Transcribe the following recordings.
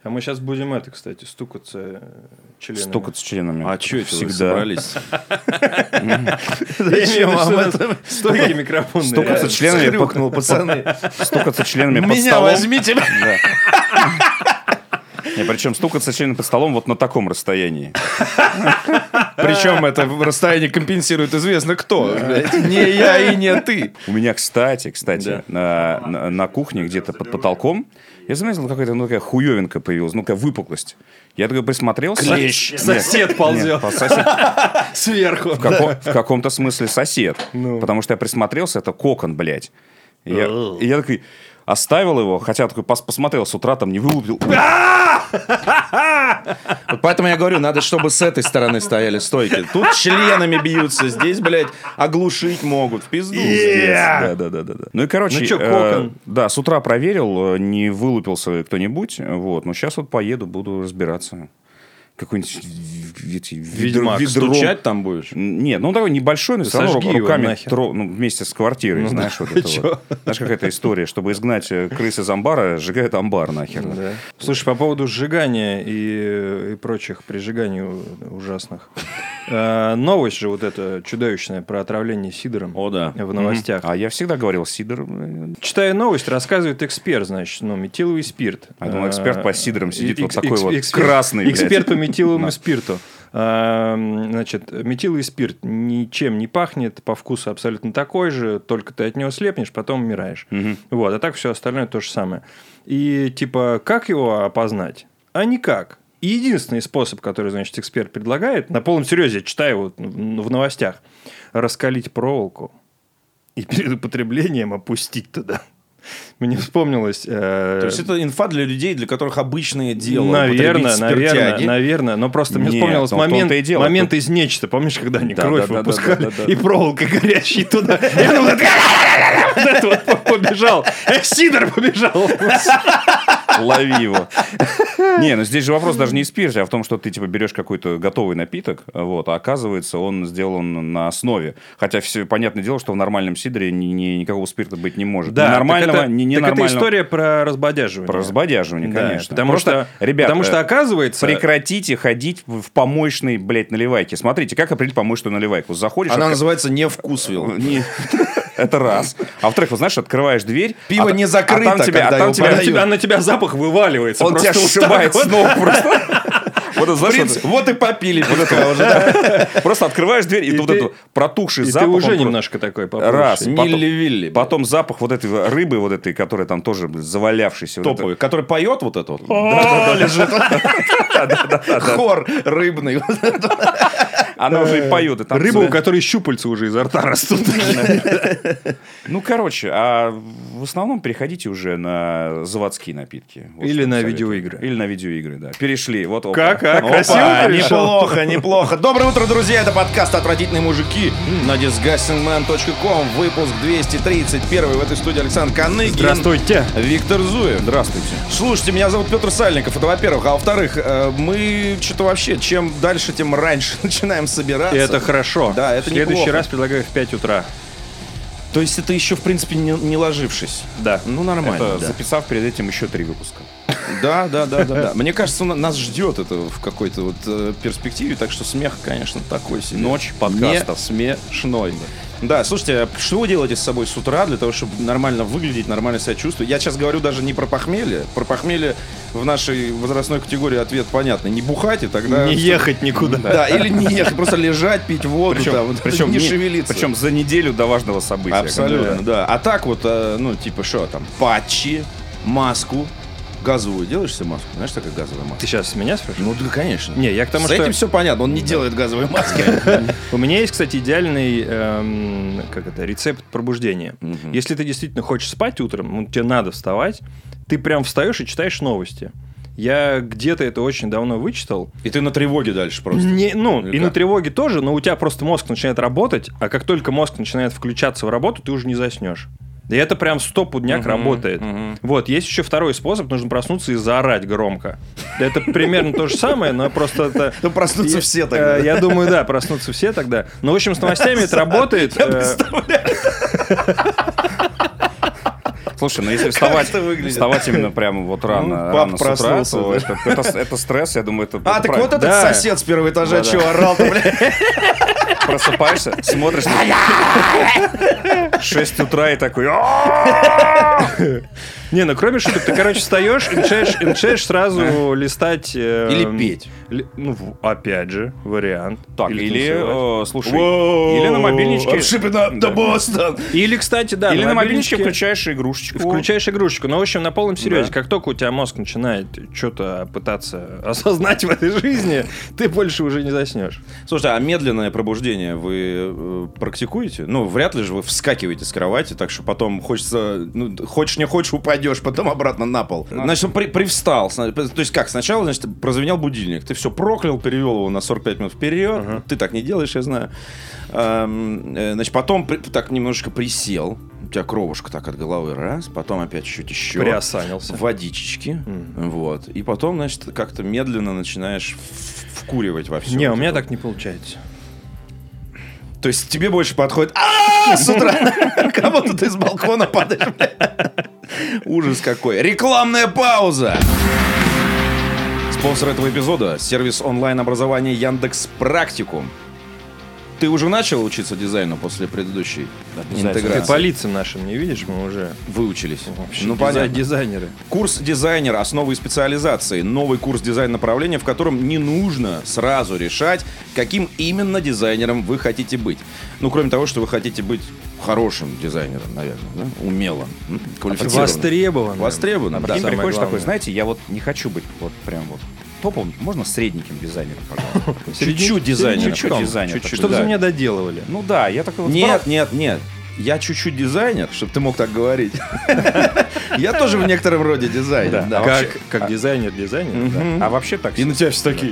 А мы сейчас будем кстати, стукаться членами. Стукаться членами. А что это всегда вы собрались? Зачем вам это? Стойки микрофонные. Стукаться членами. Хрюкнул, пацаны. Стукаться членами под Меня столом. возьмите. Причем стукаться членами под столом вот на таком расстоянии. Причем это расстояние компенсирует известно кто. Не я и не ты. У меня, кстати, на кухне где-то под потолком я заметил, какая-то такая хуевинка появилась, такая выпуклость. Я такой присмотрелся. Клещ. Сосед ползет. Сверху. В каком-то смысле сосед. Потому что я присмотрелся, это кокон, блядь. И я такой оставил его, хотя такой посмотрел с утра, там не вылупил. Вот поэтому я говорю, надо, чтобы с этой стороны стояли стойки. Тут членами бьются, здесь, блядь, оглушить могут. В пизду. Да. Ну и, короче, кокон? Да, с утра проверил, не вылупился кто-нибудь. Вот, но сейчас вот поеду, буду разбираться. Какой-нибудь Ведьмак. ведром. Стучать там будешь? Нет, ну такой небольшой, но все равно сожги его руками нахер. вместе с квартирой, знаешь, вот это вот. Знаешь, какая-то история, чтобы изгнать крыс из амбара, сжигают амбар нахер. Да. Слушай, по поводу сжигания и прочих прижиганий ужасных. Новость же вот эта чудовищная про отравление сидором. О, да. В новостях. А я всегда говорил, сидор... Читая новость, рассказывает эксперт, значит, метиловый спирт. Я думал, эксперт по сидорам сидит вот такой вот красный, эксперт по метиловому спирту. Значит, метиловый спирт ничем не пахнет, по вкусу абсолютно такой же, только ты от него слепнешь, потом умираешь. Вот, а так все остальное то же самое. И типа, как его опознать? А никак. И единственный способ, который, значит, эксперт предлагает, на полном серьезе, читаю в новостях, раскалить проволоку и перед употреблением опустить туда. Мне вспомнилось... То есть это инфа для людей, для которых обычное дело. Наверное. Но просто мне вспомнилось момент из «Нечто». Помнишь, когда они кровь выпускали? И проволока горящая туда. И он вот это вот побежал. Сидор побежал. Лови его. Не, ну здесь же вопрос даже не в спирте, а в том, что ты типа берешь какой-то готовый напиток, вот, а оказывается, он сделан на основе. Хотя все понятное дело, что в нормальном сидре никакого спирта быть не может. Да, ни нормального, ни ненормального. Это история про разбодяживание. Про разбодяживание, конечно. Потому что, оказывается... Прекратите ходить в помоечной, блядь, наливайке. Смотрите, как определить помоечную наливайку. Заходишь... Она называется «Невкусвилл». Это раз. А во-вторых, вот знаешь, открываешь дверь... Пиво не закрыто, а на тебя запах вываливается. Он тебя сшибает снова просто. Вот и попили пивка уже. Просто открываешь дверь, и вот этот протухший запах... И ты уже немножко такой попробуешь. Раз. Милли-вилли. Потом запах вот этой рыбы, вот этой, которая там тоже завалявшаяся. Топовый. Который поет вот это вот. Да, лежит. Хор рыбный. Она уже и поет. Рыба, у которой щупальца уже изо рта растут. Ну, короче, а в основном переходите уже на заводские напитки. Или на видеоигры. Или на видеоигры, да. Перешли. Вот, как? Красиво перешел? Неплохо. Доброе утро, друзья. Это подкаст «Отвратительные мужики» на disgustingman.com. Выпуск 231. В этой студии Александр Каныгин. Здравствуйте. Виктор Зуев. Здравствуйте. Слушайте, меня зовут Петр Сальников. Это во-первых. А во-вторых, мы что-то вообще, чем дальше, тем раньше начинаем собираться. И это хорошо. Да, это в следующий неплохо. раз предлагаю в 5 утра. То есть это еще, в принципе, не ложившись. Да. Ну, нормально. Это да. записав перед этим еще 3 выпуска. Да. Мне кажется, нас ждет это в какой-то вот перспективе, так что смех, конечно, такой себе. Ночь подкастов. Не смешной. Да, слушайте, а что вы делаете с собой с утра для того, чтобы нормально выглядеть, нормально себя чувствовать? Я сейчас говорю даже не про похмелье. Про похмелье в нашей возрастной категории ответ понятный. Не бухать, и тогда... Не ехать никуда. Да, или не ехать, просто лежать, пить воду, причем не шевелиться. Причем за неделю до важного события. Абсолютно, да. А так вот, ну, типа, что там, патчи, маску. Газовую делаешь себе маску? Знаешь, такая газовая маска? Ты сейчас меня спрашиваешь? Ну, да, конечно. Не, я к тому, С этим все понятно, он не делает газовые маски. У меня есть, кстати, идеальный рецепт пробуждения. Если ты действительно хочешь спать утром, тебе надо вставать, ты прям встаешь и читаешь новости. Я где-то это очень давно вычитал. И ты на тревоге дальше просто. И на тревоге тоже, но у тебя просто мозг начинает работать, а как только мозг начинает включаться в работу, ты уже не заснешь. И это прям стопудняк работает. Вот, есть еще второй способ, нужно проснуться и заорать громко. Это примерно то же самое, но просто это... Ну, проснутся все тогда. Я думаю, да, проснутся все тогда. Но, в общем, с новостями это работает. Я представляю. Слушай, ну если вставать именно прямо вот рано с утра, то это стресс, я думаю, это... Так вот этот сосед с первого этажа чего орал-то, блядь? Просыпаешься, смотришь, 6 утра и такой... Не, ну кроме шуток, ты, короче, встаешь и начинаешь сразу листать... Или петь. Ну, опять же, вариант. Так, или, слушай, или на мобильничке... Или, кстати, да, или на мобильничке включаешь игрушечку. Включаешь игрушечку. Но, в общем, на полном серьезе, как только у тебя мозг начинает что-то пытаться осознать в этой жизни, ты больше уже не заснешь. Слушайте, а медленное пробуждение вы практикуете? Ну, вряд ли же вы вскакиваете с кровати, так что потом хочется... Ну, хочешь не хочешь, упадешь, потом обратно на пол. Значит, он привстал. То есть как? Сначала, значит, прозвенел будильник. Ты все проклял, перевел его на 45 минут вперед. Ты так не делаешь, я знаю. Значит, потом так немножечко присел. У тебя кровушка так от головы раз. Потом опять чуть-чуть еще. Приосанился. Водичечки. Вот. И потом, значит, как-то медленно начинаешь вкуривать во все. Не, у меня так не получается. То есть тебе больше подходит с утра, кому-то ты с балкона падаешь. Ужас какой. Рекламная пауза. Спонсор этого эпизода — сервис онлайн-образования Яндекс.Практикум. Ты уже начал учиться дизайну после предыдущей интеграции? Ты по лицам нашим не видишь, мы уже выучились. Ну, понятно. Дизайнеры. Курс «Дизайнер. Основы и специализации». Новый курс дизайн-направления, в котором не нужно сразу решать, каким именно дизайнером вы хотите быть. Ну, кроме того, что вы хотите быть хорошим дизайнером, наверное, да? Умелым, квалифицированным. Востребованным. Прикинь, приходишь такой, знаете, я вот не хочу быть вот прям вот топом, можно средненьким дизайнером, пожалуйста. Чуть-чуть дизайнером. Чтобы за меня доделывали. Ну да, я такой вот... Нет. Я чуть-чуть дизайнер, чтобы ты мог так говорить. Я тоже в некотором роде дизайнер. Как дизайнер. А вообще так. И на тебя все такие.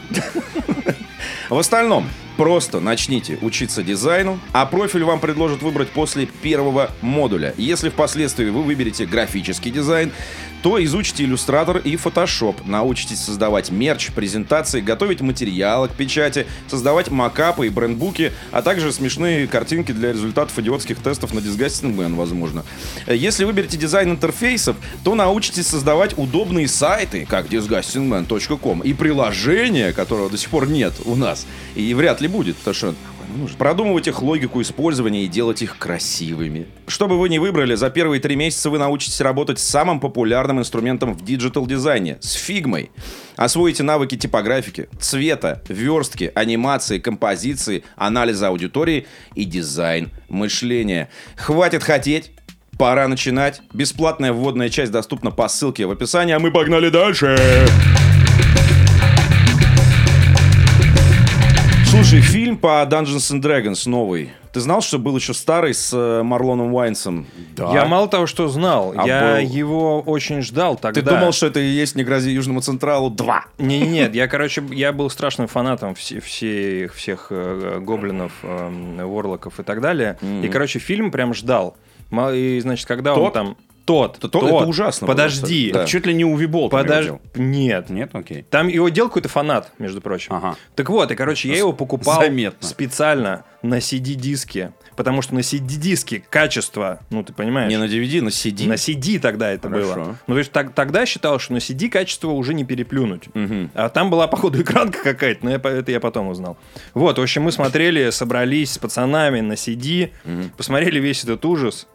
В остальном, просто начните учиться дизайну, а профиль вам предложат выбрать после первого модуля. Если впоследствии вы выберете графический дизайн, то изучите иллюстратор и фотошоп, научитесь создавать мерч, презентации, готовить материалы к печати, создавать макапы и брендбуки, а также смешные картинки для результатов идиотских тестов на Disgusting Man, возможно. Если выберете дизайн интерфейсов, то научитесь создавать удобные сайты, как disgustingman.com, и приложения, которого до сих пор нет у нас, и вряд ли будет, потому что продумывать их логику использования и делать их красивыми. Что бы вы ни выбрали, за первые 3 месяца вы научитесь работать с самым популярным инструментом в диджитал-дизайне — с фигмой. Освоите навыки типографики, цвета, верстки, анимации, композиции, анализа аудитории и дизайн мышления. Хватит хотеть. Пора начинать. Бесплатная вводная часть доступна по ссылке в описании, а мы погнали дальше. Слушай, фильм по Dungeons and Dragons новый. Ты знал, что был еще старый с Марлоном Уайнсом? Да. Я мало того, что знал, я его очень ждал тогда. Ты думал, что это и есть «Не грози Южному Централу 2»? Нет, я был страшным фанатом всех гоблинов, ворлоков и так далее. И, фильм прям ждал. И, значит, когда он там... Тот. Это ужасно. Подожди. Да. Чуть ли не Увибол. Нет. Нет, окей. Там его делал какой-то фанат, между прочим. Ага. Так вот, и, я его покупал специально на CD-диске. Потому что на CD-диске качество, ну, ты понимаешь? Не на DVD, на CD. На CD тогда это было. Ну, то есть тогда считал, что на CD качество уже не переплюнуть. А там была, походу, экранка какая-то, но это я потом узнал. Вот, в общем, мы смотрели, собрались с пацанами на CD, посмотрели весь этот ужас.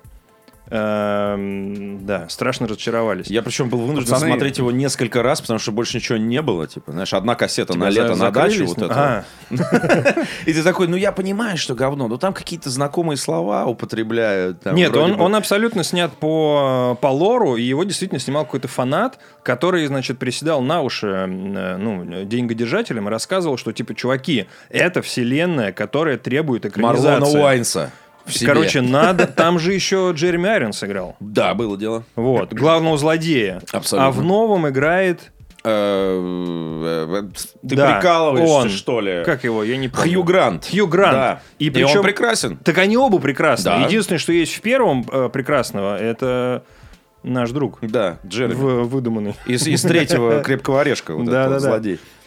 Да, страшно разочаровались. Я причем был вынужден смотреть его несколько раз, потому что больше ничего не было. Типа, знаешь, одна кассета на лето на дачу. Вот это. И ты такой, я понимаю, что говно, но там какие-то знакомые слова употребляют. Нет, он абсолютно снят по лору, и его действительно снимал какой-то фанат, который, значит, приседал на уши деньгодержателям и рассказывал, что, типа, чуваки, это вселенная, которая требует экранизации. Марлона Уайнса. Короче, надо. Там же еще Джереми Айронс играл. Да, было дело. Вот, главного злодея. Абсолютно. А в новом играет... Ты прикалываешься, что ли? Как его? Я не помню. Хью Грант. Да. И причем... он прекрасен. Так они оба прекрасны. Да. Единственное, что есть в первом прекрасного, это... Наш друг. Да, Джереми. Выдуманный. Из третьего «Крепкого орешка». Вот да. злодей.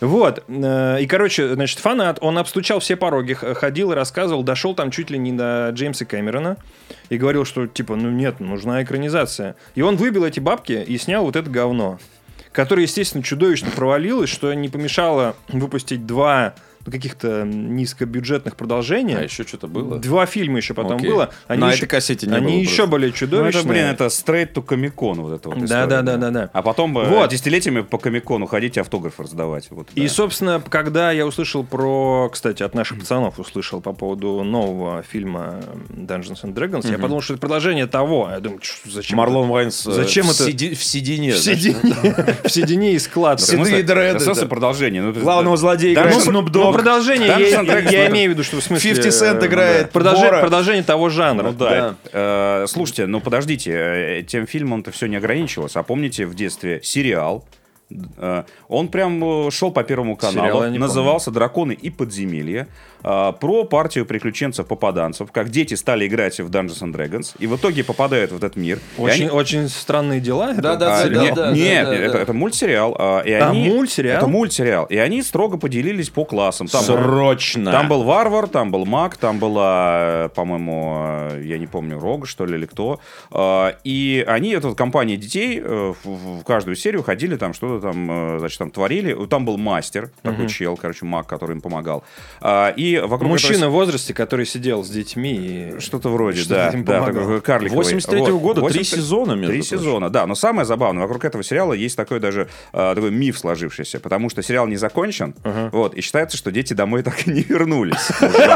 Вот. И, короче, значит, фанат, он обстучал все пороги, ходил и рассказывал, дошел там чуть ли не до Джеймса Кэмерона и говорил, что, типа, ну нет, нужна экранизация. И он выбил эти бабки и снял вот это говно, которое, естественно, чудовищно провалилось, что не помешало выпустить 2 каких-то низкобюджетных продолжения. А еще что-то было? 2 фильма еще потом было. Они на этой кассете не было. Они еще более чудовищные. Это straight to Comic-Con вот это вот история. Да. А потом десятилетиями по Comic-Con ходить автографы раздавать. Вот, и, собственно, когда я услышал кстати, от наших пацанов услышал по поводу нового фильма Dungeons and Dragons, я подумал, что это продолжение того. Я думаю, зачем Марлон Вайнс зачем это? В седине. В седине и склад. Седые дреды. Это продолжение. Главного злодея играет Snoop Dogg. Продолжение, я имею в виду, что в смысле... 50 Cent играет продолжение того жанра. Ну да. Слушайте, ну подождите, тем фильмом-то все не ограничивалось. А помните в детстве сериал? Он прям шел по Первому каналу, назывался «Драконы и подземелья», про партию приключенцев-попаданцев, как дети стали играть в Dungeons and Dragons, и в итоге попадают в этот мир. Очень странные дела. Нет, это мультсериал. Мультсериал? Это мультсериал. И они строго поделились по классам. Срочно! Там был варвар, там был маг, там была, по-моему, я не помню, Рог, что ли, или кто. И они, эта компания детей, в каждую серию ходили, там что-то там, значит, там творили. Там был мастер, такой чел, короче, маг, который им помогал. И мужчина в возрасте, который сидел с детьми. И что-то вроде, да, такой карликовый. 83-го года, 3 сезона, между прочим. 3 сезона, да. Но самое забавное, вокруг этого сериала есть такой даже такой миф сложившийся, потому что сериал не закончен, вот, и считается, что дети домой так и не вернулись.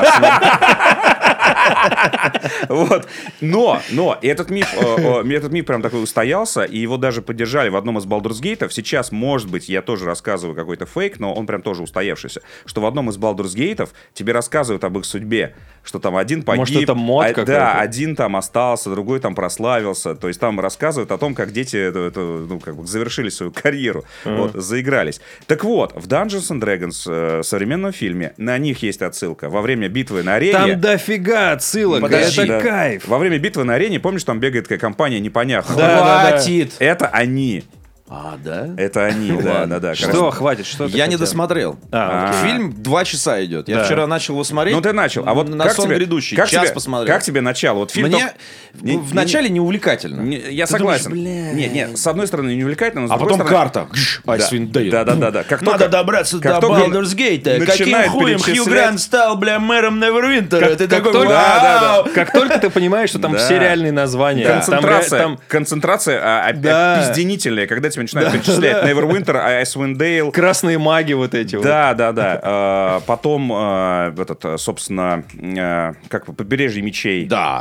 Вот. Но и этот миф прям такой устоялся, и его даже поддержали в одном из Baldur's Gate'ов. Сейчас, может быть, я тоже рассказываю какой-то фейк, но он прям тоже устоявшийся, что в одном из Baldur's Gate'ов тебе рассказывают об их судьбе, что там один погиб, может, это мод какой-то? Да, один там остался, другой там прославился, то есть там рассказывают о том, как дети завершили свою карьеру, вот, заигрались. Так вот, в Dungeons and Dragons современном фильме на них есть отсылка. Во время битвы на арене... Там дофига отсылок, это кайф. Во время битвы на арене, помнишь, там бегает такая компания непонятная? Хватит! Это они. А, да? Это они, да. Что, хватит, что ты Я не досмотрел. Фильм 2 часа идет. Я вчера начал его смотреть. Ну, ты начал. А вот на сон грядущий. Час посмотрел. Как тебе начало? Вот фильм мне в начале не увлекательно. Я согласен. Нет, с одной стороны не увлекательно, но с другой стороны... А потом карта. Icewind Dale. Да. Надо добраться до Baldur's Gate. Каким хуем Хью Грант стал, мэром Невервинтера? Ты такой, вау! Как только ты понимаешь, что там все реальные названия. Концентрация пизденительная, когда тебе начинают перечислять Neverwinter, Icewind Dale. Красные маги вот эти вот. Да. Потом, собственно, как побережье мечей. Да.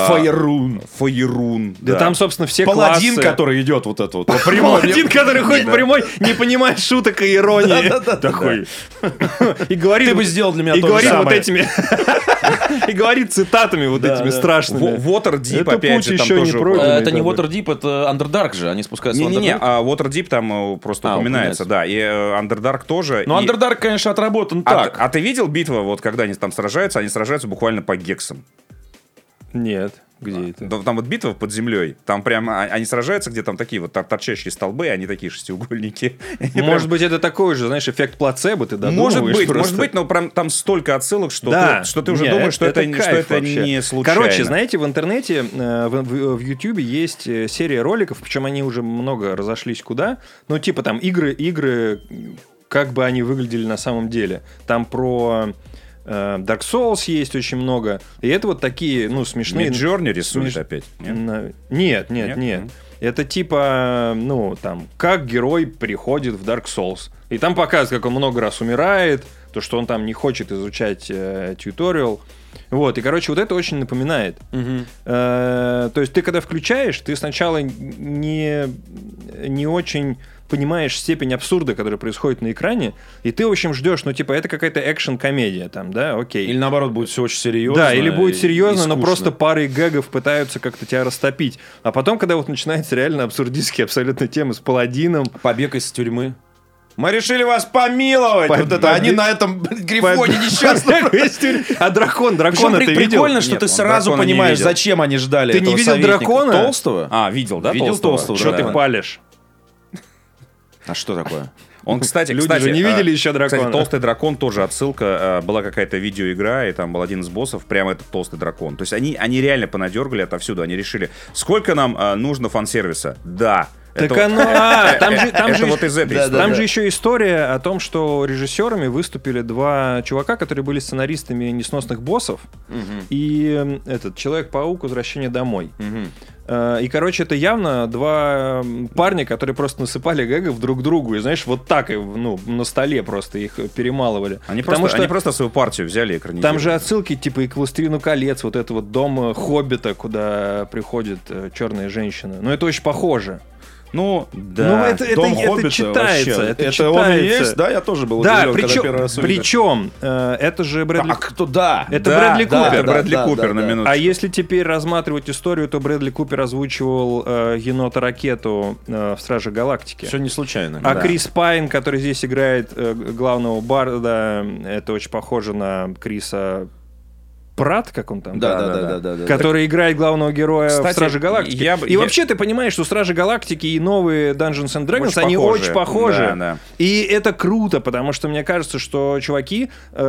Фаерун. Да там, собственно, все Паладин, классы. который идет вот это вот. Паладин, который ходит прямой, не понимает шуток и иронии. Такой. И говорит... Ты бы сделал для меня то же самое. И говорит цитатами вот этими страшными. Waterdeep, опять же, там тоже... Это не Waterdeep, это Underdark же. Они спускаются в Underdark. Не, Waterdeep там просто упоминается, да. И Underdark тоже. Но Underdark, конечно, отработан так. А ты видел битву, вот когда они там сражаются? Они сражаются буквально по гексам. Нет. Где это? Там вот битва под землей. Там прям они сражаются, где там такие вот торчащие столбы, они такие шестиугольники. Может быть, это такой же, знаешь, эффект плацебо, ты додумываешь. Может быть, но прям там столько отсылок, что ты уже думаешь, что это не случайно. Короче, знаете, в интернете, в Ютубе есть серия роликов, причем они уже много разошлись куда. Ну, типа там игры, как бы они выглядели на самом деле. Там про... Dark Souls есть очень много. И это вот такие, смешные... Midjourney рисует опять? Нет. Это типа, как герой приходит в Dark Souls. И там показывают, как он много раз умирает, то, что он там не хочет изучать тьюториал. Вот, и, короче, вот это очень напоминает. То есть ты, когда включаешь, ты сначала не очень... понимаешь степень абсурда, который происходит на экране, и ты, в общем, ждешь, это какая-то экшн-комедия там, да, окей. Или наоборот, будет все очень серьезно. Да, или будет серьезно, но просто парой гэгов пытаются как-то тебя растопить. А потом, когда вот начинается реально абсурдистские абсолютно темы с паладином. Побег из тюрьмы. Мы решили вас помиловать. Они на этом грифоне несчастном. А дракона ты видел? Прикольно, что ты сразу понимаешь, зачем они ждали этого советника. Ты не видел дракона? Толстого? Видел, да? Видел Толстого. Что ты палишь? А что такое? Он, кстати, Люди же не видели еще дракона. Кстати, толстый дракон тоже отсылка. Была какая-то видеоигра, и там был один из боссов, прямо этот толстый дракон. То есть они реально понадергали отовсюду. Они решили, сколько нам нужно фан-сервиса? Да. Так там же вот из этой истории. Там же еще история о том, что режиссерами выступили два чувака, которые были сценаристами несносных боссов, и этот Человек-паук «Возвращение домой». И, короче, это явно два парня, которые просто насыпали гэгов друг другу. И, знаешь, вот так, на столе просто их перемалывали. Они просто свою партию взяли и экранизировали. Там же отсылки, типа, и к «Властелину колец», вот это вот дом Хоббита, куда приходит черная женщина. Но это очень похоже. Ну, да. Это читается. Это он и есть, да? Я тоже был удивлен, когда первый раз увидел. Причем, это же Брэдли... А кто, да. Это Брэдли Купер. Это Брэдли Купер, на минуточку. А если теперь рассматривать историю, то Брэдли Купер озвучивал енота-ракету в «Страже Галактики». Все не случайно. А Крис Пайн, который здесь играет главного барда, это очень похоже на Криса... Пратт, как он там? Да. Который играет главного героя, кстати, в «Страже Галактики». Вообще ты понимаешь, что «Стражи Галактики» и новые Dungeons and Dragons, они очень похожи. Да. И это круто, потому что мне кажется, что чуваки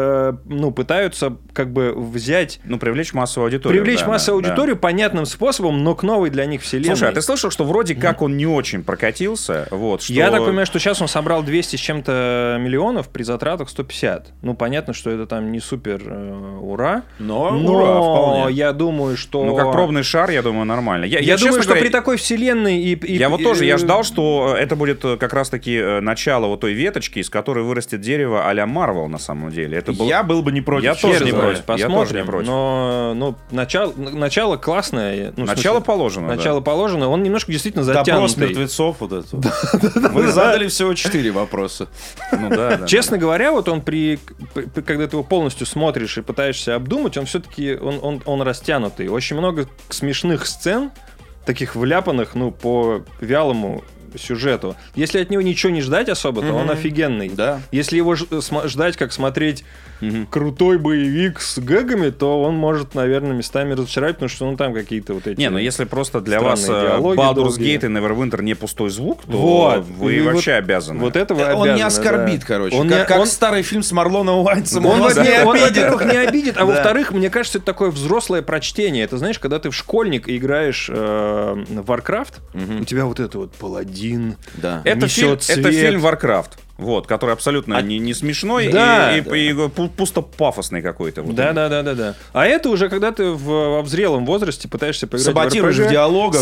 пытаются как бы взять... привлечь массовую аудиторию. Массовую аудиторию понятным способом, но к новой для них вселенной. Слушай, а ты слышал, что вроде как он не очень прокатился? Вот, что... Я так понимаю, что сейчас он собрал 200 с чем-то миллионов при затратах 150. Понятно, что это там не супер ура. Но ура, вполне. Я думаю, что... как пробный шар, я думаю, нормально. Я думаю, что при такой вселенной... Я ждал, что это будет как раз-таки начало вот той веточки, из которой вырастет дерево а-ля Марвел, на самом деле. Я был бы не против. Я тоже не против. Посмотрим. Но начало классное. Начало положено. Начало положено. Он немножко действительно затянутый. Допрос мертвецов вот это. Вы задали всего 4 вопроса. Честно говоря, вот он когда ты его полностью смотришь и пытаешься обдумать, он все-таки он растянутый. Очень много смешных сцен, таких вляпанных, по вялому сюжету. Если от него ничего не ждать особо, то он офигенный. Да. Если его ждать, как смотреть крутой боевик с гэгами, то он может, наверное, местами разочаровать, потому что там какие-то вот эти... если просто для вас Baldur's Gate и Neverwinter не пустой звук, то вы вообще обязаны. Вот это вы обязаны. Он не оскорбит, короче. Как старый фильм с Марлоном Уайнсом. Он, во-первых, не обидит, а во-вторых, мне кажется, это такое взрослое прочтение. Это, знаешь, когда ты в школьник и играешь в Warcraft, у тебя вот это вот паладин, это фильм Warcraft. Вот, который абсолютно не смешной и пусто пафосный какой-то. Да. А это уже когда ты во взрелом возрасте пытаешься поиграть сабботируешь в диалогах,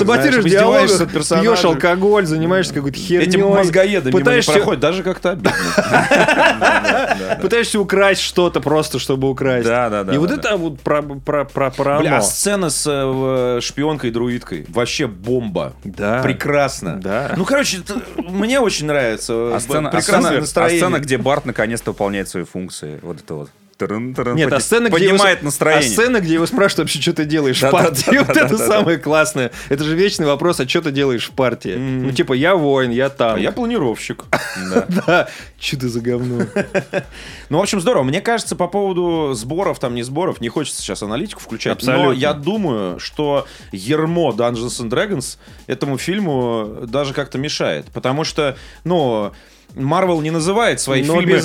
пьешь алкоголь, занимаешься какой-то херней. Этим мозгоедом мимо не проходит, даже как-то обидно. Пытаешься украсть что-то просто, чтобы украсть. И вот это вот про Бля, сцена с шпионкой и друидкой. Вообще бомба. Да. Прекрасно. Да. Короче, мне очень нравится. Прекрасное настроение. Сцена, где Барт наконец-то выполняет свои функции. Вот это вот. Нет, поднимает настроение. А сцена, где его спрашивают вообще, что ты делаешь в партии, вот это самое классное. Это же вечный вопрос, а что ты делаешь в партии? Я воин, я танк. А я планировщик. Да, что ты за говно. В общем, здорово. Мне кажется, по поводу сборов, не сборов, не хочется сейчас аналитику включать. Абсолютно. Но я думаю, что ярмо Dungeons and Dragons этому фильму даже как-то мешает. Потому что, Марвел не называет свои фильмы без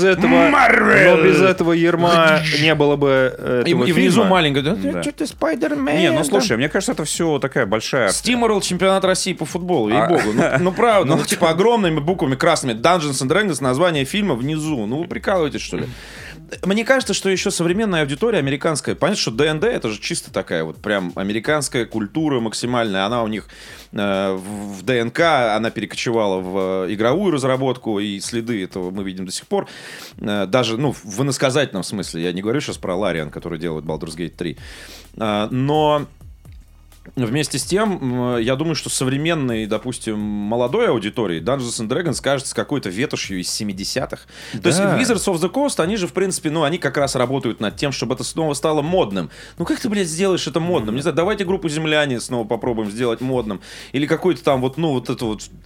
этого ярма не было бы этого и внизу фильма. маленькое. Что ты, Спайдермен? Слушай, мне кажется, это все такая большая... Steamworld чемпионат России по футболу, ей-богу. Правда, огромными буквами красными Dungeons and Dragons, название фильма внизу. Вы прикалываетесь, что ли? Мне кажется, что еще современная аудитория американская, понятно, что ДНД это же чисто такая вот прям американская культура максимальная, она у них в ДНК, она перекочевала в игровую разработку, и следы этого мы видим до сих пор, даже, в иносказательном смысле, я не говорю сейчас про Лариан, который делает Baldur's Gate 3, но... Вместе с тем, я думаю, что современной, допустим, молодой аудитории Dungeons and Dragons кажется какой-то ветошью из 70-х. Да. То есть Wizards of the Coast, они же, в принципе, они как раз работают над тем, чтобы это снова стало модным. Как ты, блядь, сделаешь это модным? Не знаю, давайте группу «Земляне» снова попробуем сделать модным. Или какой-то там вот это вот...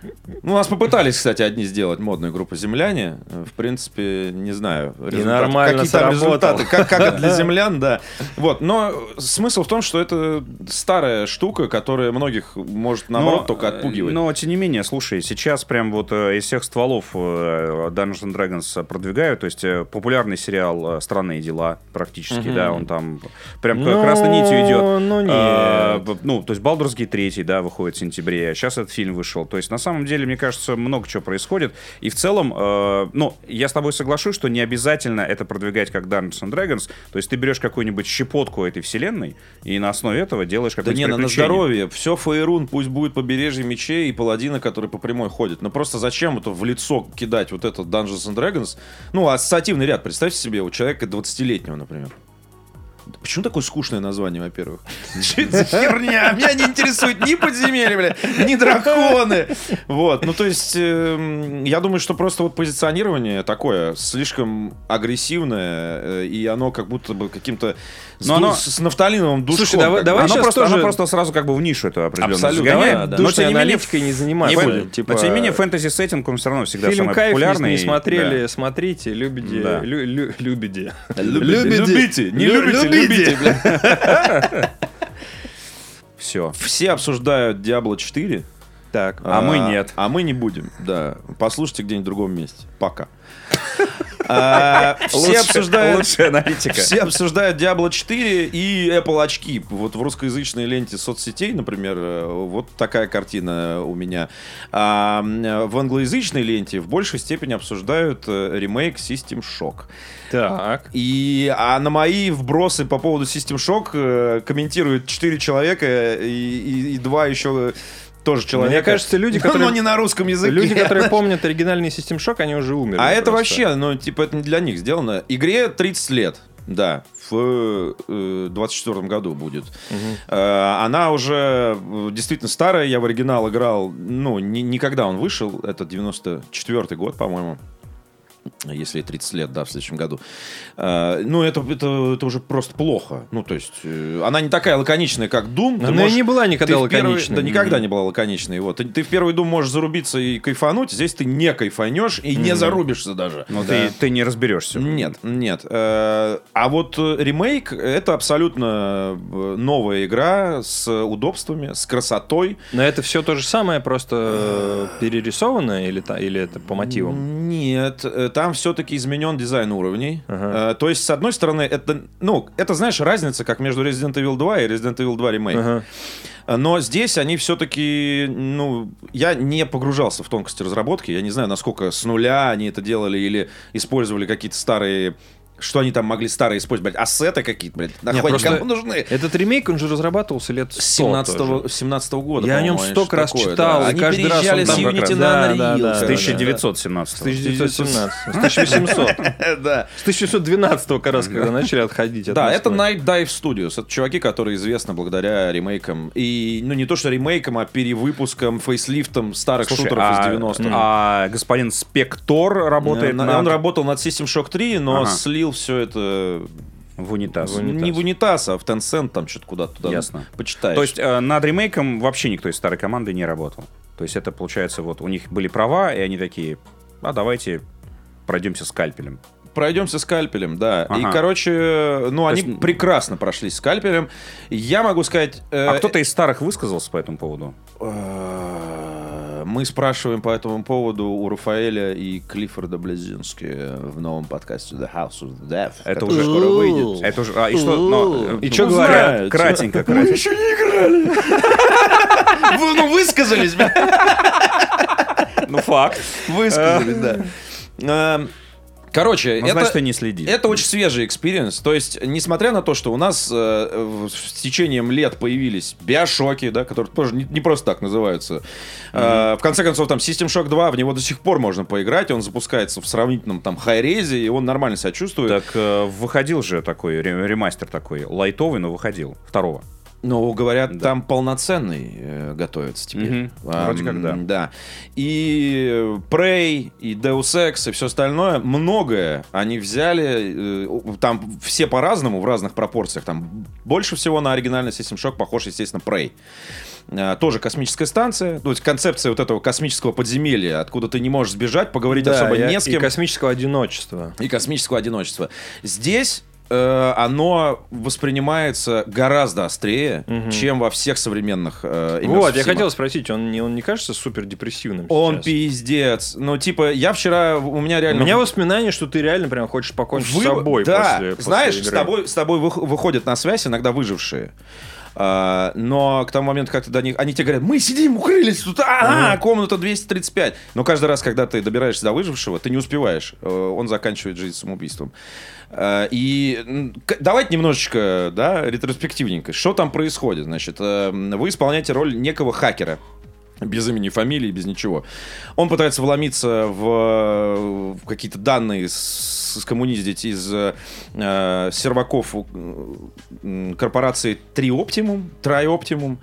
Ну, у нас попытались, кстати, одни сделать модную группу «Земляне». В принципе, не знаю. Нормально какие там результаты, как это для землян, да. Вот, но смысл в том, что это старая штука, которая многих может, наоборот, только отпугивать. Но, тем не менее, слушай, сейчас прям вот из всех стволов Dungeons and Dragons продвигают, то есть популярный сериал «Странные дела» практически, да, он там прям красной нитью идет. Ну, нет. Ну, то есть Baldur's Gate 3, да, выходит в сентябре, сейчас этот фильм вышел. То есть, на самом деле, мне кажется, много чего происходит. И в целом, ну, я с тобой соглашусь, что не обязательно это продвигать как Dungeons and Dragons. То есть ты берешь какую-нибудь щепотку этой вселенной и на основе этого делаешь какое-нибудь приключение. Да не, на здоровье. Все Фейрун, пусть будет побережье мечей и паладина, который по прямой ходит. Но просто зачем это в лицо кидать вот этот Dungeons and Dragons? Ну, ассоциативный ряд. Представьте себе, у человека 20-летнего, например. Почему такое скучное название, во-первых? Что это за херня? Меня не интересует ни подземелья, бля, ни драконы. Вот, ну то есть, я думаю, что просто вот позиционирование такое слишком агрессивное, и оно как будто бы каким-то с нафталиновым душком. Слушай, давай сейчас оно просто сразу как бы в нишу это определенно загоняет. Но тем не менее, не заниматься. Но тем не менее, фэнтези-сеттинг, он все равно всегда фильм самый «Кайф», популярный. Если не смотрели, смотрите, любите. Любите, не любите. Любите, бля. Все. Все обсуждают Diablo 4. Так. А мы нет. А мы не будем, да. Послушайте где-нибудь в другом месте. Пока. Лучшая аналитика. Все обсуждают Diablo 4 и Apple очки. Вот в русскоязычной ленте соцсетей, например, вот такая картина у меня. А в англоязычной ленте в большей степени обсуждают ремейк System Shock. Так. А на мои вбросы по поводу System Shock комментируют 4 человека и 2 еще... тоже человека. Мне кажется, люди, которые... Но не на русском языке. Люди, которые помнят оригинальный System Shock, они уже умерли. А это вообще, ну, типа, это не для них сделано. Игре 30 лет, да, в 24-м году будет. Она уже действительно старая, я в оригинал играл, ну, не когда он вышел, это 94-й год, по-моему. Если 30 лет, да, в следующем году. Ну, это уже просто плохо. Ну, то есть, она не такая лаконичная, как Doom. Она и не была никогда лаконичной. Да, никогда не была лаконичной. Вот. Ты в первый Doom можешь зарубиться и кайфануть, здесь ты не кайфанешь и не зарубишься даже. Но ты не разберешься. Нет. А вот ремейк — это абсолютно новая игра с удобствами, с красотой. Но это все то же самое, просто перерисованное или это по мотивам? Нет, там все-таки изменен дизайн уровней. То есть, с одной стороны, это, знаешь, разница, как между Resident Evil 2 и Resident Evil 2 Remake. Но здесь они все-таки, я не погружался в тонкости разработки, я не знаю, насколько с нуля они это делали или использовали какие-то старые... Что они там могли старые использовать? Ассеты какие-то, блядь, нахуй кому нужны? Этот ремейк, он же разрабатывался лет 100 17-го года. Я о нем столько раз читал. Да. И каждый раз переезжали с Unity на Unreal. С 1917. С 1917. С 1800. Да. С 1912 как раз, когда начали отходить от Да, Москвы. это Night Dive Studios. Это чуваки, которые известны благодаря ремейкам. И, не то что ремейкам, а перевыпускам, фейслифтам старых шутеров из 90-х. А господин Спектор работает Он работал над System Shock 3, но слил все это... В унитаз. Не в унитаз, а в Tencent, там что-то куда-то туда. Ясно. Почитаешь. То есть над ремейком вообще никто из старой команды не работал. То есть это, получается, вот у них были права, и они такие, давайте пройдемся скальпелем. Пройдемся скальпелем, да. И, короче, они прекрасно прошли скальпелем. Я могу сказать... А кто-то из старых высказался по этому поводу? Мы спрашиваем по этому поводу у Рафаэля и Клиффорда Блезински в новом подкасте The House of the Deaf. Это уже скоро выйдет. Это уже... И что? И что говорят? Кратенько. Мы еще не играли. Вы, высказались. Факт. Высказались, да. Короче, значит, не следи. Это очень свежий экспириенс. То есть, несмотря на то, что у нас с течением лет появились биошоки, да, которые тоже не просто так называются. В конце концов, там System Shock 2, в него до сих пор можно поиграть. Он запускается в сравнительном там хай-резе, и он нормально себя чувствует. Так выходил же такой ремастер такой, лайтовый, но выходил. Второго. Ну, говорят, там полноценный готовится теперь. Вроде как, да. Да. И Prey, и Deus Ex, и все остальное, многое они взяли, там все по-разному, в разных пропорциях. Там больше всего на оригинальный System Shock похож, естественно, Prey. тоже космическая станция, то есть концепция вот этого космического подземелья, откуда ты не можешь сбежать, поговорить особо не с кем. И космического одиночества. Здесь оно воспринимается гораздо острее, чем во всех современных Вот, я хотел спросить, он не кажется супер депрессивным Он сейчас? пиздец. Ну, типа, я вчера, у меня реально... У меня воспоминание, что ты реально прям хочешь покончить с собой после знаешь, игры. с тобой выходят на связь иногда выжившие. Но к тому моменту, как ты до них... Они тебе говорят, мы сидим, укрылись тут, комната 235. Но каждый раз, когда ты добираешься до выжившего, ты не успеваешь. Он заканчивает жизнь самоубийством. И давайте немножечко, ретроспективненько. Что там происходит? Значит, вы исполняете роль некого хакера. Без имени, фамилии, без ничего. Он пытается вломиться в какие-то данные, скоммуниздить из серваков корпорации Tri-Optimum.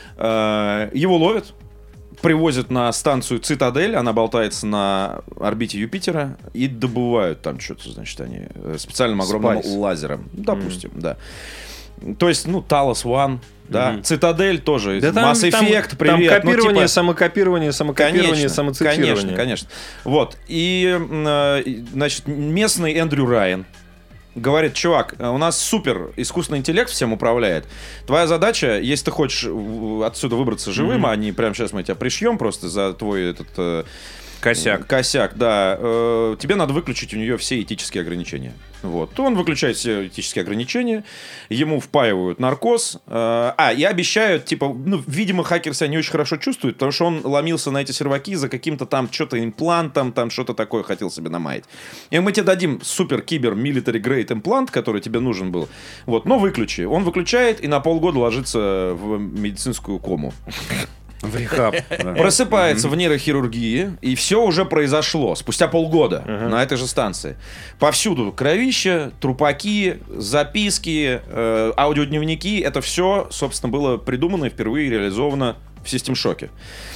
Его ловят, привозят на станцию Цитадель, она болтается на орбите Юпитера, и добывают там что-то, значит, они специальным огромным лазером. Допустим, да. То есть, Talos One, да, Цитадель тоже, Mass Effect, привет. Там копирование, самокопирование, самоцитирование. Конечно. Вот, и, значит, местный Эндрю Райан говорит, чувак, у нас супер искусственный интеллект всем управляет. Твоя задача, если ты хочешь отсюда выбраться живым, а не прямо сейчас мы тебя пришьем просто за твой этот... Косяк, да. Тебе надо выключить у нее все этические ограничения. Вот. Он выключает все этические ограничения, ему впаивают наркоз, и обещают, типа, видимо, хакер себя не очень хорошо чувствует, потому что он ломился на эти серваки за каким-то там что-то имплантом, там что-то такое хотел себе намаять. И мы тебе дадим супер-кибер military grade имплант, который тебе нужен был. Вот, но выключи. Он выключает и на полгода ложится в медицинскую кому. В рехаб. Просыпается в нейрохирургии, и все уже произошло спустя полгода на этой же станции. Повсюду кровища, трупаки, записки, аудиодневники. Это все, собственно, было придумано и впервые реализовано в System Shock.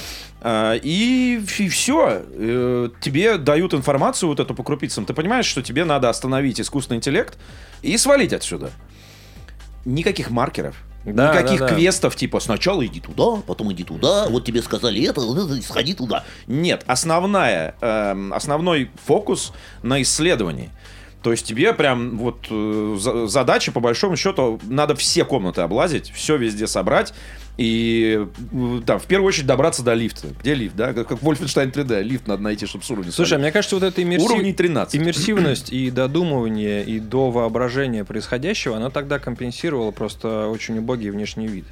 И все. Тебе дают информацию вот эту по крупицам. Ты понимаешь, что тебе надо остановить искусственный интеллект и свалить отсюда. Никаких маркеров. Никаких квестов, типа сначала иди туда, потом иди туда, вот тебе сказали это, сходи туда. Нет, основной фокус на исследовании. То есть тебе прям вот задача, по большому счету, надо все комнаты облазить, все везде собрать. И там, в первую очередь, добраться до лифта. Где лифт, да? Как Wolfenstein 3D. Лифт надо найти, чтобы с уровня. Слушай, мне кажется, вот эта уровней 13. Иммерсивность и додумывание, и до воображения происходящего, она тогда компенсировала просто очень убогий внешний вид.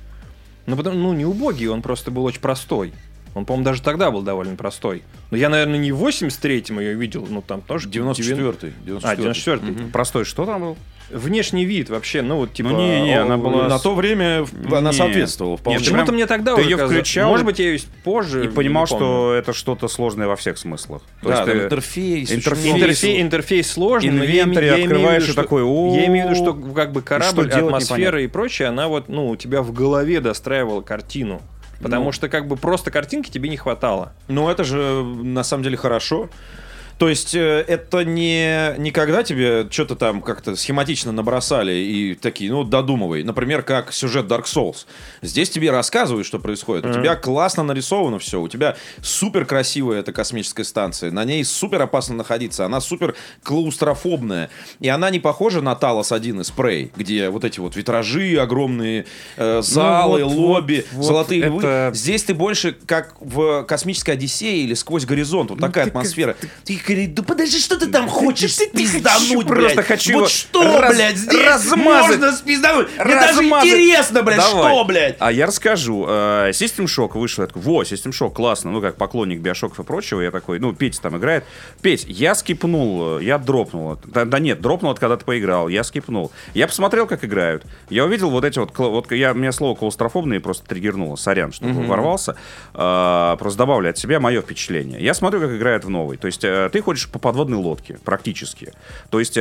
Не убогий, он просто был очень простой. Он, по-моему, даже тогда был довольно простой. Но я, наверное, не в 83-м ее видел, там тоже... 94-й. 94-й. Простой что там был? Внешний вид вообще, она была... На то время она соответствовала. Почему-то мне тогда ты уже ее включал, может быть, я ее позже и понимал, что это что-то сложное во всех смыслах. То да, есть интерфейс сложный, инвентарь открываешь и такой... Я имею в виду, что как бы корабль, атмосфера и прочее, она вот, у тебя в голове достраивала картину. Потому что как бы просто картинки тебе не хватало. Это же на самом деле хорошо. То есть это не когда тебе что-то там как-то схематично набросали и такие, додумывай. Например, как сюжет Dark Souls. Здесь тебе рассказывают, что происходит. У тебя классно нарисовано все. У тебя супер красивая эта космическая станция. На ней супер опасно находиться. Она супер клаустрофобная. И она не похожа на Talos 1 из Prey, где вот эти вот витражи, огромные залы, лобби, золотые львы. Здесь ты больше как в космической Одиссее или сквозь горизонт. Вот такая атмосфера. Да подожди, что ты там хочешь спиздануть, блядь? Просто хочу вот что, блядь, здесь размазать. можно спиздануть? Мне даже интересно, блядь, что, блядь? А я расскажу. System Shock вышел, я такой, System Shock, классно. Как поклонник Биошоков и прочего, я такой, Петя там играет. Петь, я скипнул, я дропнул. Да нет, дропнул, когда ты поиграл, я скипнул. Я посмотрел, как играют. Я увидел вот эти меня слово клаустрофобные просто триггернуло, сорян, что ворвался. Просто добавлю от себя мое впечатление. Я смотрю, как играют в новый. То есть ты ты ходишь по подводной лодке, практически. То есть,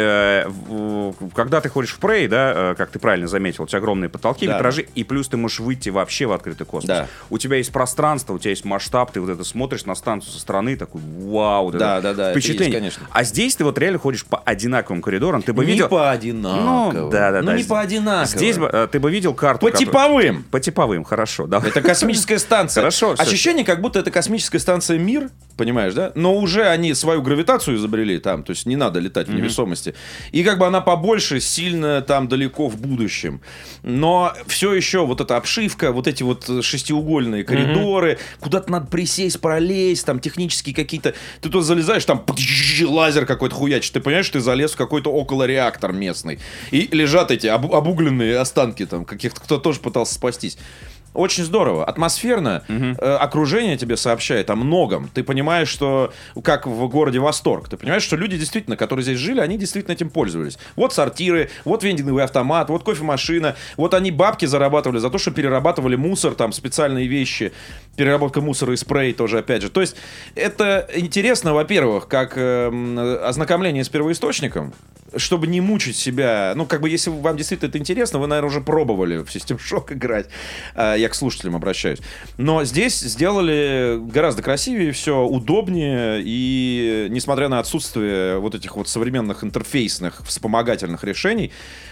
когда ты ходишь в Prey, да, как ты правильно заметил, у тебя огромные потолки, витражи, и плюс ты можешь выйти вообще в открытый космос. Да. У тебя есть пространство, у тебя есть масштаб, ты вот это смотришь на станцию со стороны, такой, вау, вот это впечатление. Есть, а здесь ты вот реально ходишь по одинаковым коридорам, ты бы видел... Не по одинаковым. Ну, не по одинаковым. Здесь ты бы видел карту... По типовым. По типовым, хорошо. Да. Это космическая станция. Хорошо. Ощущение, как будто это космическая станция «Мир», понимаешь, да? Но уже они свою гравитацию изобрели там, то есть не надо летать в невесомости. И как бы она побольше, сильно там далеко в будущем. Но все еще вот эта обшивка, вот эти вот шестиугольные коридоры, куда-то надо присесть, пролезть, там технические какие-то... Ты туда залезаешь, там лазер какой-то хуячит. Ты понимаешь, что ты залез в какой-то околореактор местный. И лежат эти обугленные останки там, каких-то, кто тоже пытался спастись. Очень здорово. Атмосферно окружение тебе сообщает о многом. Ты понимаешь, что как в городе Восторг. Ты понимаешь, что люди действительно, которые здесь жили, они действительно этим пользовались. Вот сортиры, вот вендинговый автомат, вот кофемашина. Вот они бабки зарабатывали за то, что перерабатывали мусор, там специальные вещи. Переработка мусора и спрей тоже, опять же. То есть это интересно, во-первых, как ознакомление с первоисточником, чтобы не мучить себя. Ну, как бы, если вам действительно это интересно, вы, наверное, уже пробовали в System Shock играть. Я к слушателям обращаюсь. Но здесь сделали гораздо красивее все, удобнее. И несмотря на отсутствие вот этих вот современных интерфейсных вспомогательных решений,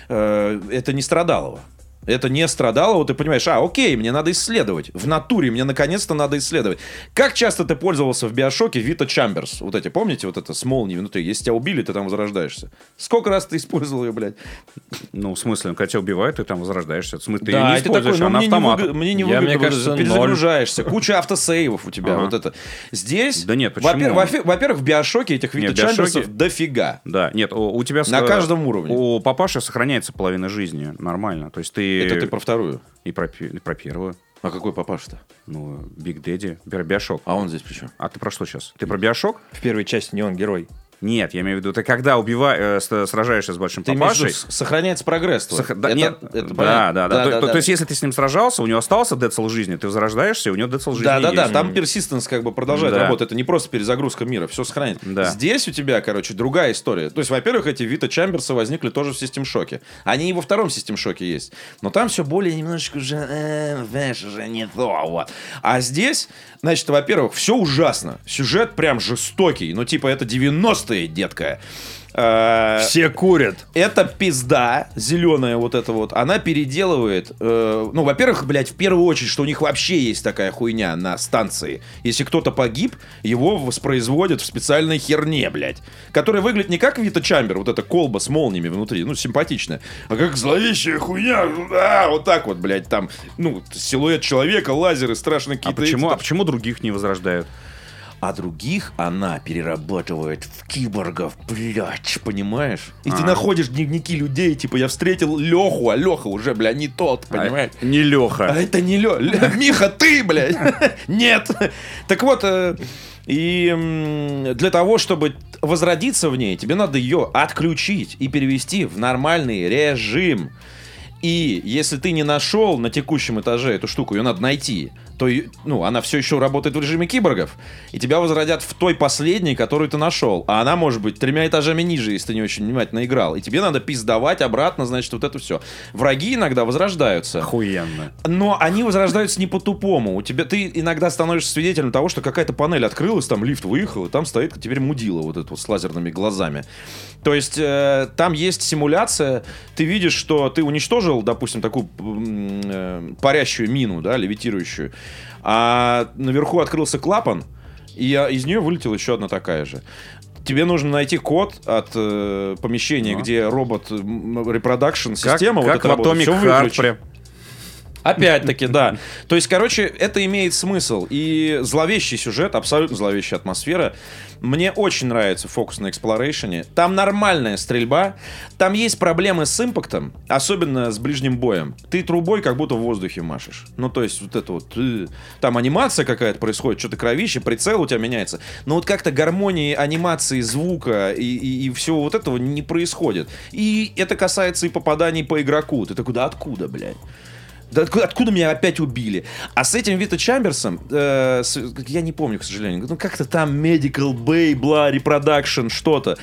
это не страдало. Это не страдало, вот ты понимаешь, окей, мне надо исследовать. В натуре мне наконец-то надо исследовать. Как часто ты пользовался в Биошоке Vita Chambers? Вот эти, помните, вот это с молнией внутри? Если тебя убили, ты там возрождаешься. Сколько раз ты использовал ее, блядь? Ну, в смысле, когда тебя убивают, ты там возрождаешься. В смысле, ты да, ее не используешь, такой, она автомат. Мне не выгодно, мне кажется, перезагружаешься. Куча автосейвов у тебя, вот это. Здесь, да нет, почему? Во-первых, в Биошоке этих Vita Chambers'ов дофига. Да, нет, у тебя... На каждом уровне. У папаши сохраняется половина жизни, нормально. То есть ты... Это ты про вторую? И про первую. А какой папаша-то? Ну, Big Daddy, Биошок. А он здесь при чем? А ты про что сейчас? Ты про Биошок? В первой части не он герой. Нет, я имею в виду, ты когда сражаешься с большим папашей... Сохраняется прогресс твой. Да. То есть, если ты с ним сражался, у него остался децл жизни, ты возрождаешься, и у него децл жизни есть. Да, там персистенс как бы продолжает работать. Это не просто перезагрузка мира, все сохраняется. Да. Здесь у тебя, короче, другая история. То есть, во-первых, эти Vita Chambers'ы возникли тоже в System Shock'е. Они и во втором System Shock'е есть. Но там все более немножечко уже, знаешь, уже не то. Вот. А здесь, значит, во-первых, все ужасно. Сюжет прям жестокий. Ну, типа, это 90-е, детка. Все курят. Эта пизда зеленая вот эта вот, она переделывает, ну, во-первых, блядь, в первую очередь, что у них вообще есть такая хуйня на станции. Если кто-то погиб, его воспроизводят в специальной херне, блядь, которая выглядит не как Vita Chamber, вот эта колба с молниями внутри, ну, симпатичная, а как зловещая хуйня, вот так вот, блядь, там, ну, силуэт человека, лазеры, страшные какие-то... А почему других не возрождают? А других она перерабатывает в киборгов, блядь, понимаешь? И ты находишь дневники людей, типа, я встретил Леху, а Леха уже, бля, не тот, понимаешь? Не Леха. А это не Леха. Миха, ты, блядь. Нет. Так вот, и для того, чтобы возродиться в ней, тебе надо ее отключить и перевести в нормальный режим. И если ты не нашел на текущем этаже эту штуку, ее надо найти, то, ну, она все еще работает в режиме киборгов, и тебя возродят в той последней, которую ты нашел. А она может быть 3 этажами ниже, если ты не очень внимательно играл. И тебе надо пиздовать обратно, значит, вот это все. Враги иногда возрождаются. Охуенно. Но они возрождаются не по-тупому. Ты иногда становишься свидетелем того, что какая-то панель открылась, там лифт выехал, и там стоит теперь мудила вот это вот с лазерными глазами. То есть там есть симуляция. Ты видишь, что ты уничтожил, допустим, такую парящую мину, да, левитирующую, а наверху открылся клапан, и из нее вылетела еще одна такая же. Тебе нужно найти код от помещения, где робот репродакшн система как вот в Atomic Heart. Опять-таки, да. То есть, короче, это имеет смысл. И зловещий сюжет, абсолютно зловещая атмосфера. Мне очень нравится фокус на эксплорейшене. Там нормальная стрельба. Там есть проблемы с импактом, особенно с ближним боем. Ты трубой как будто в воздухе машешь. Ну, то есть, вот это вот... Там анимация какая-то происходит, что-то кровище, прицел у тебя меняется. Но вот как-то гармонии анимации, звука и всего вот этого не происходит. И это касается и попаданий по игроку. Ты такой, да откуда, блядь? Да откуда меня опять убили? А с этим Вито Чамберсом, я не помню, к сожалению, ну как-то там Medical Bay, бла, Reproduction, что-то.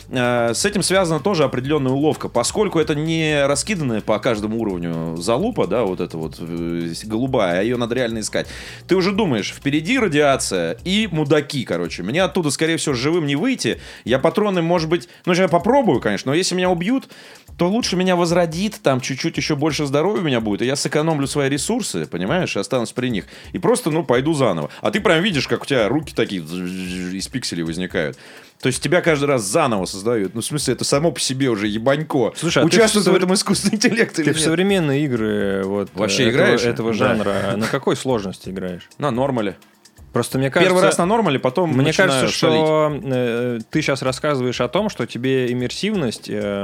С этим связана тоже определенная уловка, поскольку это не раскиданная по каждому уровню залупа, да, вот эта вот голубая, а ее надо реально искать. Ты уже думаешь, впереди радиация и мудаки, короче. Мне оттуда, скорее всего, живым не выйти. Я патроны, может быть, ну, я попробую, конечно, но если меня убьют, то лучше меня возродит, там чуть-чуть еще больше здоровья у меня будет, и я сэкономлю свои ресурсы, понимаешь, и останусь при них. И просто, ну, пойду заново. А ты прям видишь, как у тебя руки такие из пикселей возникают. То есть тебя каждый раз заново создают. Ну, в смысле, это само по себе уже ебанько. Слушай, участвует в этом искусственный интеллект или ты нет? в современные игры вот, вообще играешь? Этого жанра на какой сложности играешь? На нормале. Просто мне кажется... Первый раз на нормале, потом мне кажется, что шалить. Ты сейчас рассказываешь о том, что тебе иммерсивность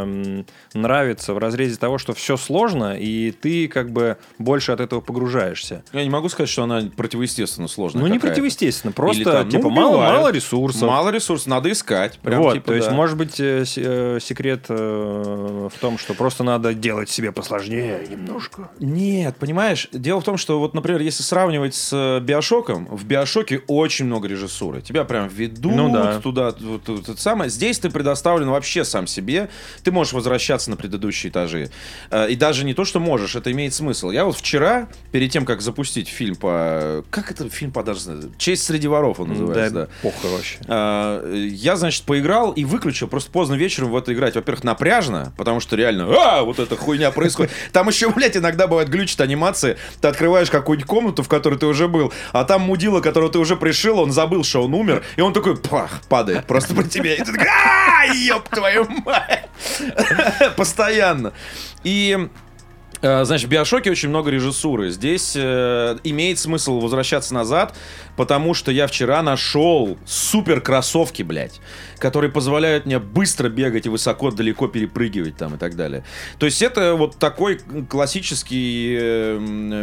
нравится в разрезе того, что все сложно, и ты как бы больше от этого погружаешься. Я не могу сказать, что она противоестественно сложная. Ну, не какая-то. Противоестественно, просто там, типа мало ресурсов. Мало ресурсов, надо искать. Прям, вот, типа, то есть, да. может быть, секрет в том, что просто надо делать себе посложнее немножко. Нет, понимаешь, дело в том, что вот, например, если сравнивать с Биошоком, в Биошоке очень много режиссуры. Тебя прям ведут туда, вот самое. Здесь ты предоставлен вообще сам себе. Ты можешь возвращаться на предыдущие этажи. И даже не то, что можешь, это имеет смысл. Я вот вчера, перед тем, как запустить фильм по... Как это фильм по даже... «Честь среди воров» он называется. Да, похуй вообще. Я, значит, поиграл и выключил. Просто поздно вечером в это играть. Во-первых, напряжно, потому что реально, вот эта хуйня происходит. Там еще, блядь, иногда бывает глючит анимация. Ты открываешь какую-нибудь комнату, в которой ты уже был, а там мудила, которого ты уже пришил, он забыл, что он умер, и он такой, пах, падает просто при тебе. И ты такой, ёб твою мать. Постоянно. И... Значит, в Биошоке очень много режиссуры. Здесь имеет смысл возвращаться назад, потому что я вчера нашел супер кроссовки, блядь, которые позволяют мне быстро бегать и высоко, далеко перепрыгивать там и так далее. То есть это вот такой классическая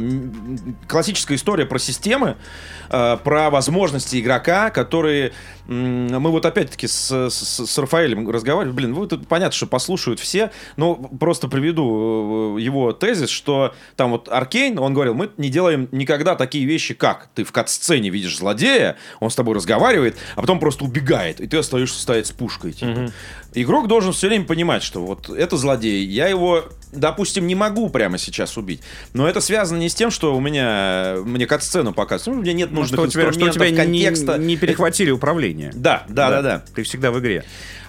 история про системы, про возможности игрока, которые... Мы вот опять-таки с Рафаэлем разговаривали. Блин, вы тут понятно, что послушают все, но просто приведу его тезис, что там вот Аркейн, он говорил, мы не делаем никогда такие вещи, как ты в кат-сцене видишь злодея, он с тобой разговаривает, а потом просто убегает, и ты остаешься стоять с пушкой. Типа. Игрок должен все время понимать, что вот это злодей, я его, допустим, не могу прямо сейчас убить, но это связано не с тем, что мне кат-сцену показывают, у меня нет нужных инструментов, что тебя контекста. не перехватили управление. Да. Ты всегда в игре.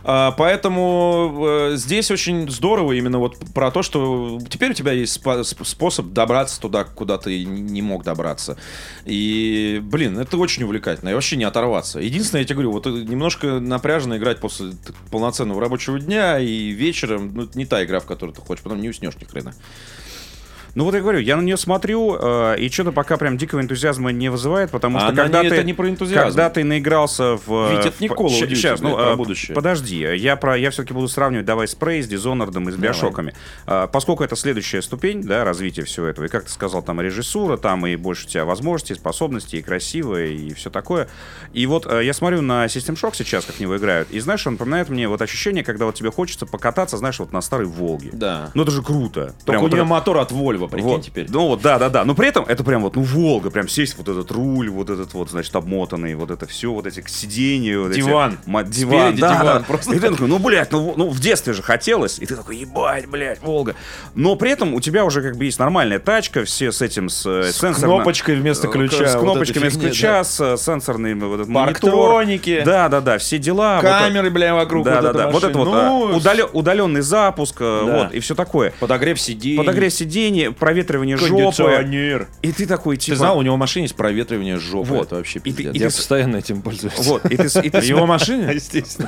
Поэтому здесь очень здорово именно вот про то, что теперь у тебя есть способ добраться туда, куда ты не мог добраться. И, блин, это очень увлекательно. И вообще не оторваться. Единственное, я тебе говорю, вот немножко напряженно играть после полноценного рабочего дня и вечером, ну, это не та игра, в которой ты хочешь, потом не уснешь ни хрена. Ну вот я говорю, я на нее смотрю, и что-то пока прям дикого энтузиазма не вызывает, потому что это не про энтузиазм. Когда ты наигрался в... Ведь это Никола сейчас, про будущее. Подожди, я все-таки буду сравнивать, давай, с Prey, с Dishonored и с Биошоками. Поскольку это следующая ступень, да, развития всего этого, и как ты сказал, там и режиссура, там и больше у тебя возможностей, способностей, и красиво, и все такое. И вот я смотрю на System Shock сейчас, как в него играют, и знаешь, он напоминает мне вот ощущение, когда вот тебе хочется покататься, знаешь, вот на старой Волге. Да. Ну это же круто. Только у нее мотор от Volvo, прикинь, вот, теперь. Ну вот, да. Но при этом это прям вот, ну, Волга, прям сесть вот этот руль, вот этот вот, значит, обмотанный, вот это все, вот эти сиденья. Вот диван. Диван, да. Диван, просто. И ты такой, ну, блядь, ну, в детстве же хотелось. И ты такой, ебать, блядь, Волга. Но при этом у тебя уже как бы есть нормальная тачка, все с этим, с кнопочкой вместо ключа. С кнопочкой вместо ключа, да. С сенсорным вот этот монитор. Парктроники. Да, все дела. Камеры, бля, вокруг. Да. Вот это вот удаленный запуск, вот, и все такое. Подогрев сидений. Проветривание жопы. И ты такой, типа... Ты знал, у него в машине есть проветривание жопы. Вот. Это вообще пиздец. Я постоянно этим пользуюсь. Вот. И ты в его машине? Естественно.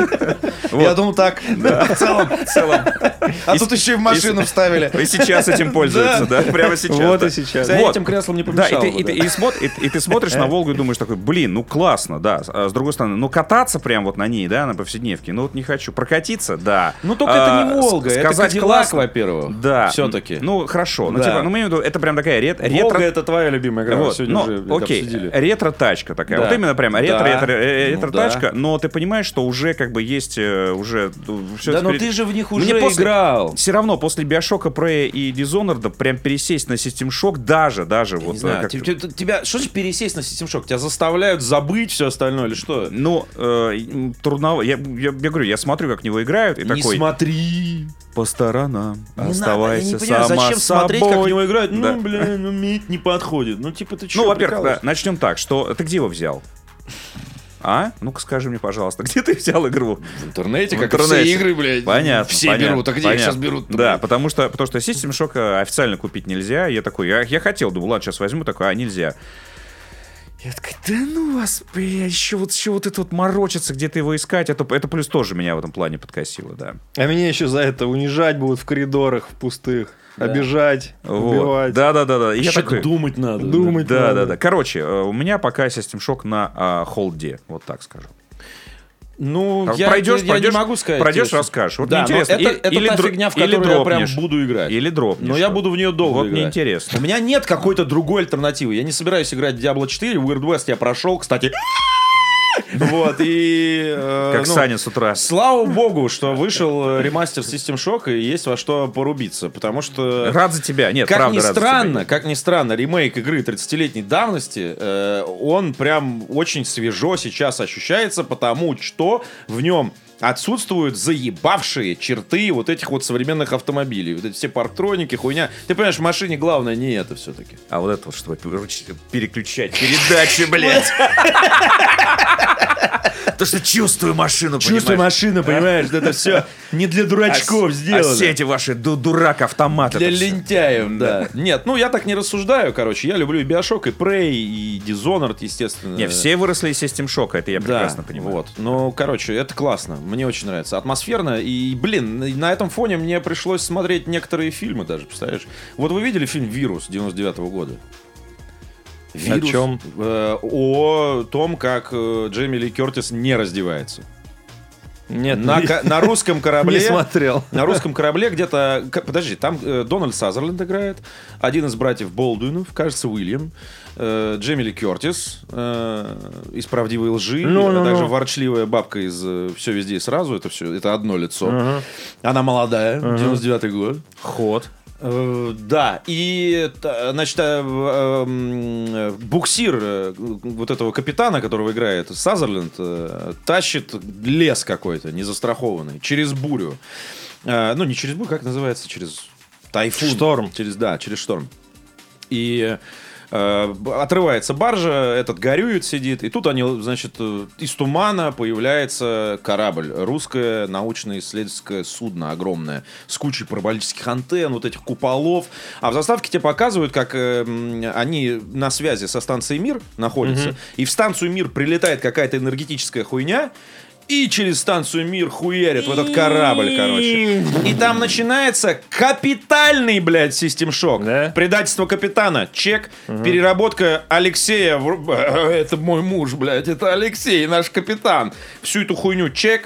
Я думал так. В целом. А тут еще и в машину вставили. И сейчас этим пользуются, да? Прямо сейчас. Вот и сейчас. Я этим креслом не помешал. Да, и ты смотришь на Волгу и думаешь такой, блин, ну классно, да. С другой стороны, ну кататься прям вот на ней, да, на повседневке, ну вот не хочу. Прокатиться, да. Ну только это не Волга, это Кадиллак, во-первых. Да. Все-таки. Ну хорошо. Ну типа, мы имеем в виду, это прям такая ретро... Волга — это твоя любимая игра, вот. сегодня уже обсудили. Ретро-тачка такая. Да. Вот именно прям ретро-тачка, но ты понимаешь, что уже как бы есть уже... Да, но ты же в них уже играл. Все равно после Биошока, Prey и Dishonored прям пересесть на System Shock даже вот... Не знаю, тебя... Что же пересесть на System Shock? Тебя заставляют забыть все остальное или что? Ну, трудно... Я говорю, я смотрю, как в него играют, и такой... Не смотри. По сторонам, Я оставайся не понимаю, сама зачем собой. смотреть, как в него играют? Да. Ну, блин, мид не подходит. Ну, типа, ты что, Ну, во-первых, да, начнем так, что... Ты где его взял? А? Ну-ка скажи мне, пожалуйста, где ты взял игру? В интернете, В как интернете. все игры, блядь. Понятно. Все берут, а где их сейчас берут? Да, потому что System Shock официально купить нельзя. Я такой, я хотел, думал, ладно, сейчас возьму, такой, нельзя. Я такой, да ну вас, бля, еще вот это вот морочиться, где-то его искать, это плюс тоже меня в этом плане подкосило, да. А меня еще за это унижать будут в коридорах, в пустых. Обижать, убивать. Да. И я Еще такой, думать надо. Да. Короче, у меня пока System Shock на холде, вот так скажу. Ну, я не могу сказать. Пройдешь, расскажешь. Вот да, мне интересно. Это та фигня, в которую я прям буду играть. Или дропнешь. Но я буду в нее долго вот играть. Мне интересно. У меня нет какой-то другой альтернативы. Я не собираюсь играть в Diablo 4. Weird West я прошел, кстати. Вот, и... Как Саня с утра. Слава богу, что вышел ремастер System Shock, и есть во что порубиться, потому что... Рад за тебя, нет, как правда, ни рад странно, за тебя. как ни странно, ремейк игры 30-летней давности, он прям очень свежо сейчас ощущается, потому что в нем отсутствуют заебавшие черты вот этих вот современных автомобилей. Вот эти все парктроники, хуйня. Ты понимаешь, в машине главное не это все-таки. А вот это вот, чтобы переключать передачи, блядь. То, что чувствую машину, Чувствую машину, понимаешь? Это все не для дурачков сделано. А все эти ваши дурак-автоматы. Для лентяев, да. Нет, ну я так не рассуждаю, короче. Я люблю и Bioshock, и Prey, и Dishonored, естественно. Не, все выросли из System Shock, это я прекрасно понимаю. Вот. Ну, короче, это классно. Мне очень нравится. Атмосферно. И, блин, на этом фоне мне пришлось смотреть некоторые фильмы даже, представляешь? Вот вы видели фильм «Вирус» 99-го года? Вирус, о чем? О том, как Джейми Ли Кертис не раздевается. Нет, на русском корабле. Не смотрел. На русском корабле где-то... Подожди, там Дональд Сазерленд играет, один из братьев Болдуинов, кажется, Уильям, Джейми Ли Кертис из «Правдивой лжи», также ворчливая бабка из «Все везде и сразу», это одно лицо. Она молодая, 99-й год. Ход. Да, и, значит, буксир вот этого капитана, которого играет Сазерленд, тащит лес какой-то незастрахованный через бурю. Ну, не через бурю, как называется? Через тайфун. Шторм. Через шторм. И отрывается баржа, этот горюет, сидит. И тут они, значит, из тумана появляется корабль. Русское научно-исследовательское судно огромное. С кучей параболических антенн, вот этих куполов. А в заставке тебе показывают, как они на связи со станцией «Мир» находятся. И в станцию «Мир» прилетает какая-то энергетическая хуйня. И через станцию «Мир» хуярит в этот корабль, короче. И там начинается капитальный, блядь, System Shock. Да? Предательство капитана. Чек. Переработка Алексея. Это мой муж, блядь. Это Алексей, наш капитан. Всю эту хуйню. Чек.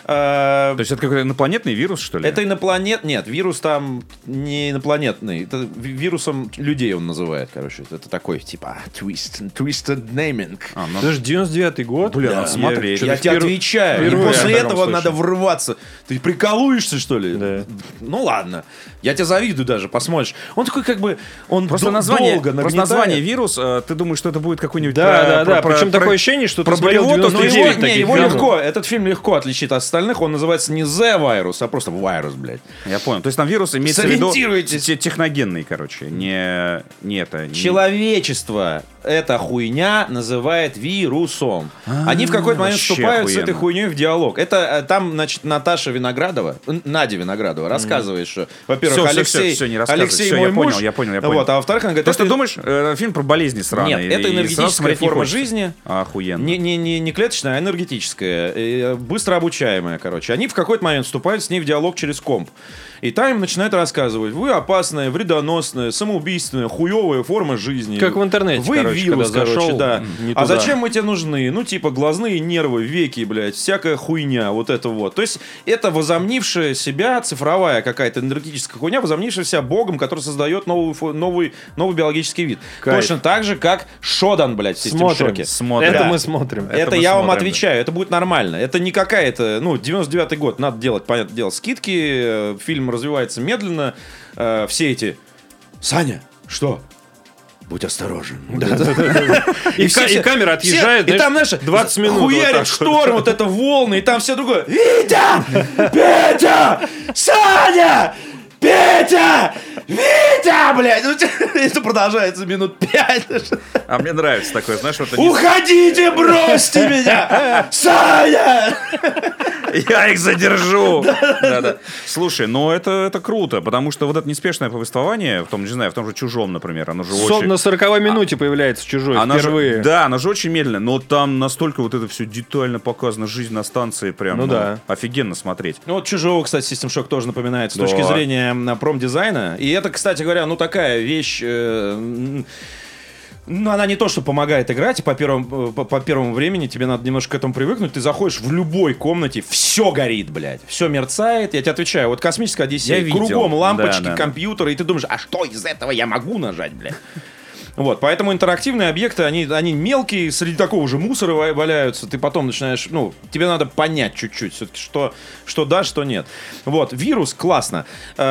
То есть это какой-то инопланетный вирус, что ли? Это Нет, вирус там не инопланетный. Это вирусом людей он называет, короче. Это такой, типа, twisted naming. Это же 99-й год. Бля, надо смотреть. Я тебе отвечаю. И после этого надо врываться. Ты прикалуешься, что ли? Да. Ну ладно. Я тебе завидую даже, посмотришь. Он такой, как бы, он Просто долго название вирус, ты думаешь, что это будет какой-нибудь... Да. Причем такое ощущение, что ты смотрел 99 таких его фильмов. легко, этот фильм легко отличит от остальных. Он называется не The Virus, а просто Virus, блядь. Я понял. То есть там вирус имеется в виду Сориентируйтесь. техногенный, короче. Не это. Человечество эта хуйня называет вирусом. Они в какой-то момент вообще вступают с охуенно. этой хуйней в диалог. Это там, значит, Надя Виноградова рассказывает, что, во-первых, Всё, не рассказывай. Алексей Всё, мой я муж. понял. Вот, а во-вторых, она говорит, Просто думаешь, фильм про болезни сраные. Нет, это и энергетическая сразу смотреть не форма хочется. жизни. Охуенно. Не клеточная, а энергетическая. Быстро обучаемая, короче. Они в какой-то момент вступают с ней в диалог через комп. И там им начинают рассказывать: вы опасная, вредоносная, самоубийственная, хуевая форма жизни. Как в интернете, Вы короче, вирус, когда короче, зашел, да. не А туда. зачем мы тебе нужны? Ну, типа, глазные нервы, веки, блядь, всякая хуйня, вот это вот. То есть, это возомнившая себя цифровая какая-то энергетическая хуйня, возомнившая себя богом, который создает новый биологический вид. Кайф. Точно так же, как Шодан, блядь, в System Shock. Смотрим. Это Да. мы смотрим. Это мы я вам смотрим, отвечаю, это будет нормально. Это не какая-то, 99-й год, надо делать, понятное дело, скидки, фильм развивается медленно, все эти... Саня, что? Будь осторожен. И камера отъезжает, и там, знаешь, знаешь, 20 минут. вот хуярит так шторм, вот это волны, и там все другое. Витя! Петя! Саня! Петя! Витя, блядь! Это продолжается минут 5. А мне нравится такое, знаешь, вот они... Уходите, бросьте меня! Саня! Я их задержу. Да-да. Слушай, ну это круто, потому что вот это неспешное повествование, в том, не знаю, в том же «Чужом», например, оно же очень... На 40-й минуте появляется «Чужой» Она впервые. да, она же очень медленно, но там настолько вот это все детально показано, жизнь на станции прям, Ну да. офигенно смотреть. Ну вот «Чужого», кстати, System Shock тоже напоминает с Да. точки зрения промдизайна. И это, кстати говоря, такая вещь... она не то, что помогает играть, и по первому времени тебе надо немножко к этому привыкнуть. Ты заходишь в любой комнате, все горит, блядь. Все мерцает. Я тебе отвечаю, вот «Космическая Одиссея», Я видел. кругом лампочки, Да. компьютеры, и ты думаешь, а что из этого я могу нажать, блядь? Вот, поэтому интерактивные объекты, они мелкие, среди такого же мусора валяются. Ты потом начинаешь, тебе надо понять чуть-чуть все-таки, что да, что нет. Вот, вирус, классно.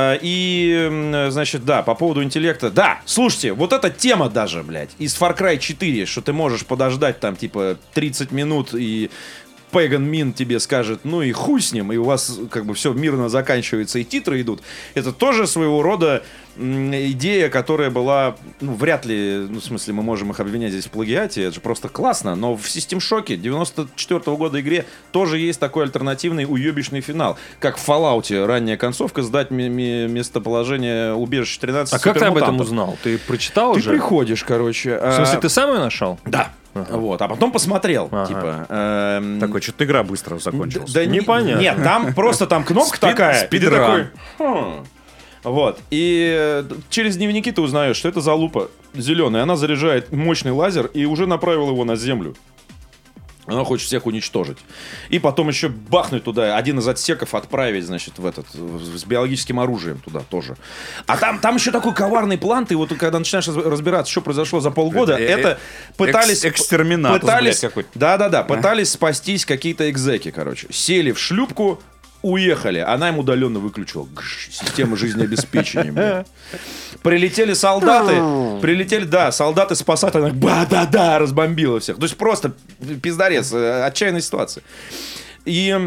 Значит, да, по поводу интеллекта. Да, слушайте, вот эта тема даже, блядь, из Far Cry 4, что ты можешь подождать там, типа, 30 минут и... Пэган Мин тебе скажет, и хуй с ним, и у вас как бы все мирно заканчивается, и титры идут. Это тоже своего рода идея, которая была, вряд ли, в смысле, мы можем их обвинять здесь в плагиате, это же просто классно, но в System Shock 94-го года игре тоже есть такой альтернативный уебищный финал, как в Fallout ранняя концовка, сдать местоположение убежища 13 А как ты об этом супермутантов. узнал? Ты прочитал Ты уже? приходишь, короче. В смысле, ты сам ее нашел? Да. Вот, а потом посмотрел, типа... Такой, что-то игра быстро закончилась. Да непонятно. Нет, там просто кнопка такая. спидран. И ты такой, Вот. И через дневники ты узнаешь, что это за лупа зеленая. Она заряжает мощный лазер и уже направила его на Землю. Она хочет всех уничтожить. И потом еще бахнуть туда, один из отсеков отправить, значит, с биологическим оружием туда тоже. А там еще такой коварный план. Ты вот когда начинаешь разбираться, что произошло за полгода, это пытались... Экстерминатор, блядь, какой-то. Да-да-да, пытались спастись какие-то экзеки, короче. Сели в шлюпку, уехали. Она им удаленно выключила. Система жизнеобеспечения, блядь. Прилетели солдаты. Солдаты спасать. Она да-да-да, разбомбила всех. То есть просто пиздарец, отчаянная ситуация. И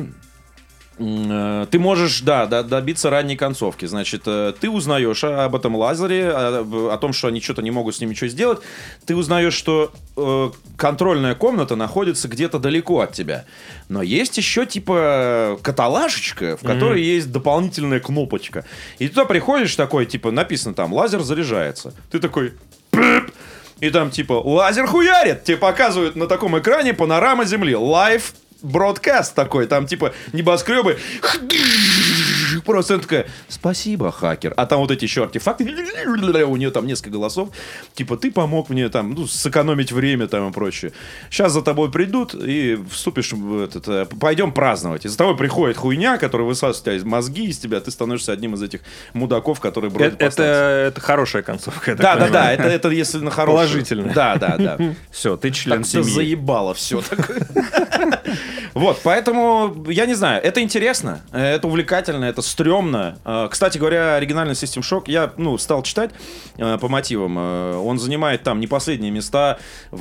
ты можешь, добиться ранней концовки. Значит, ты узнаешь об этом лазере, о том, что они что-то не могут с ним ничего сделать. Ты узнаешь, что контрольная комната находится где-то далеко от тебя. Но есть еще, типа, каталажечка, в которой есть дополнительная кнопочка. И ты туда приходишь такой, типа, написано там, лазер заряжается. Ты такой... И там, типа, лазер хуярит. Тебе показывают на таком экране панорама Земли. Live бродкаст такой, там типа небоскребы. Просто она такая, спасибо, хакер. А там вот эти еще артефакты. У нее там несколько голосов. Типа, ты помог мне там, сэкономить время там и прочее. Сейчас за тобой придут и вступишь в этот... Пойдем праздновать. И за тобой приходит хуйня, которая высасывает мозги из тебя. Ты становишься одним из этих мудаков, которые бродят по станции. Это хорошая концовка. Да. Это если на хорошую. Положительно. Да. Все, ты член Так-то семьи. заебало все. Вот, поэтому, я не знаю, это интересно, это увлекательно, это стрёмно. Кстати говоря, оригинальный System Shock я, стал читать по мотивам. Он занимает там не последние места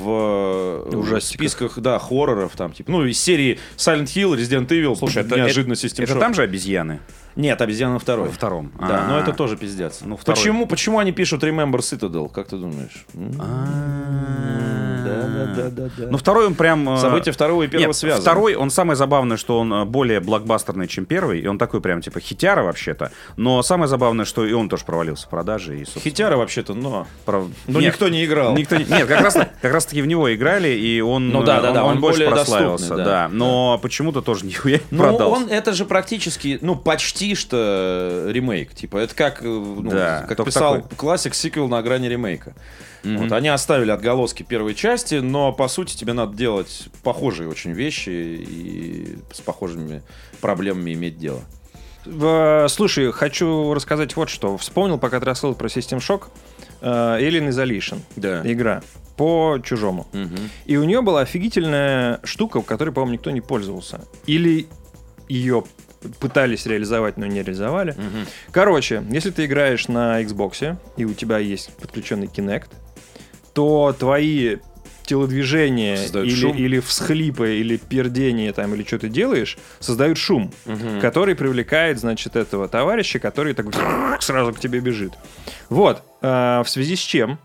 в списках, хорроров, там, типа, из серии Silent Hill, Resident Evil. Слушай, неожиданно System Shock. Это там же обезьяны? Нет, обезьяна второй. Во втором. Да, но это тоже пиздец. Почему они пишут Remember Citadel, как ты думаешь? Да. Ну, второй он прям... События второго и первого связаны. Второй, он самое забавное, что он более блокбастерный, чем первый, и он такой прям, типа, хитяра вообще-то, но самое забавное, что и он тоже провалился в продаже. И, хитяра вообще-то, но нет, никто не играл. Нет, как раз-таки в него играли, и он, он больше прославился. Да. Но почему-то тоже нихуя не продался. Это же практически, почти что ремейк. Типа, это как писал классик, сиквел на грани ремейка. Вот, они оставили отголоски первой части, но по сути тебе надо делать похожие очень вещи и с похожими проблемами иметь дело. Слушай, хочу рассказать вот что. Вспомнил, пока ты рассказывал про System Shock, Alien Isolation, игра по чужому. И у нее была офигительная штука, которой, по-моему, никто не пользовался. Или ее пытались реализовать, но не реализовали. Короче, если ты играешь на Xbox, и у тебя есть подключенный Kinect, то твои телодвижения или всхлипы, или пердение, там, или что ты делаешь, создают шум, который привлекает, значит, этого товарища, который так сразу к тебе бежит. Вот. В связи с чем?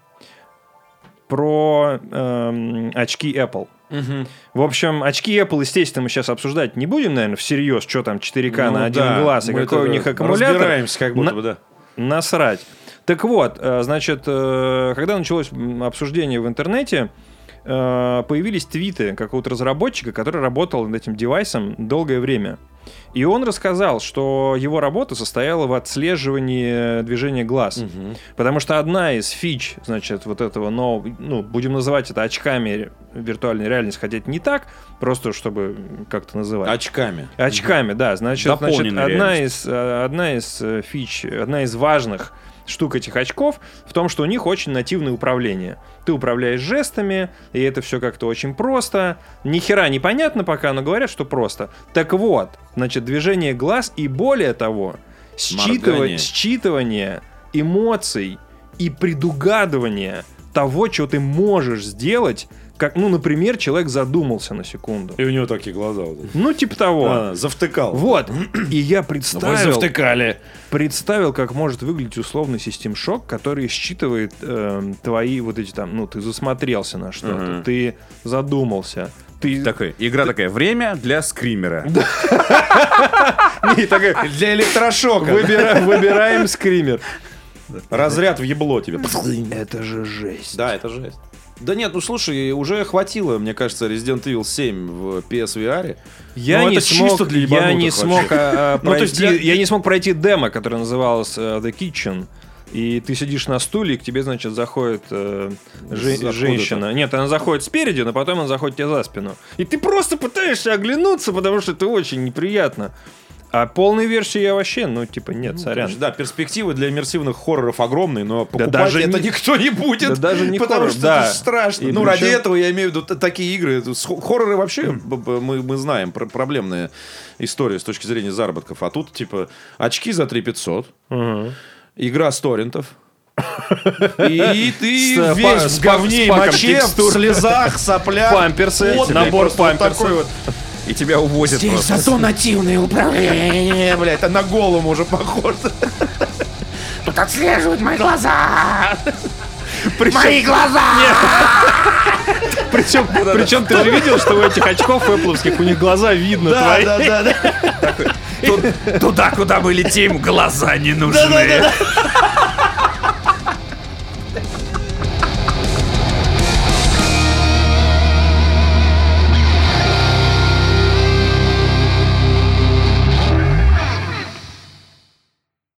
Про очки Apple. В общем, очки Apple, естественно, мы сейчас обсуждать не будем, наверное, всерьез, что там 4К на один глаз и какой у них аккумулятор. Разбираемся, как будто бы, да. Насрать. Так вот, значит, когда началось обсуждение в интернете, появились твиты какого-то разработчика, который работал над этим девайсом долгое время. И он рассказал, что его работа состояла в отслеживании движения глаз. Потому что одна из фич, значит, вот этого нового, будем называть это очками виртуальной реальности, хотя это не так, просто чтобы как-то называть. Очками, да. Значит, одна из фич, одна из важных штук этих очков в том, что у них очень нативное управление. Ты управляешь жестами, и это все как-то очень просто. Ни хера не понятно пока, но говорят, что просто. Так вот, значит, движение глаз и более того, считывание эмоций и предугадывание того, что ты можешь сделать, как, например, человек задумался на секунду. И у него такие глаза. Типа того. Завтыкал. Вот. И я представил... Вы завтыкали. Представил, как может выглядеть условный System Shock, который считывает твои вот эти там... ты засмотрелся на что-то, ты задумался. Игра такая, время для скримера. Для электрошока. Выбираем скример. Разряд в ебло тебе. Это же жесть. Да, это жесть. Да нет, слушай, уже хватило, мне кажется, Resident Evil 7 в PSVR. Я не смог пройти демо, которое называлось The Kitchen. И ты сидишь на стуле, и к тебе, значит, заходит женщина. Нет, она заходит спереди, но потом она заходит тебе за спину. И ты просто пытаешься оглянуться, потому что это очень неприятно. А полной версии я вообще, нет, сорян. Короче, да, перспективы для иммерсивных хорроров огромные, но покупать это никто не будет. Да даже не потому хоррор, что это страшно. Ради этого я имею в виду такие игры. Хорроры вообще, мы знаем, проблемная история с точки зрения заработков. А тут, очки за 3500, игра с торрентов. И ты весь в говне и моче, в слезах, соплях, памперсы, набор памперсов. И тебя увозят здесь просто. Зато нативное управление, блядь, это на голому уже похоже. Тут отслеживают мои глаза. Мои глаза! Причем ты же видел, что у этих очков эппловских у них глаза видно твои. Да. Туда, куда мы летим, глаза не нужны.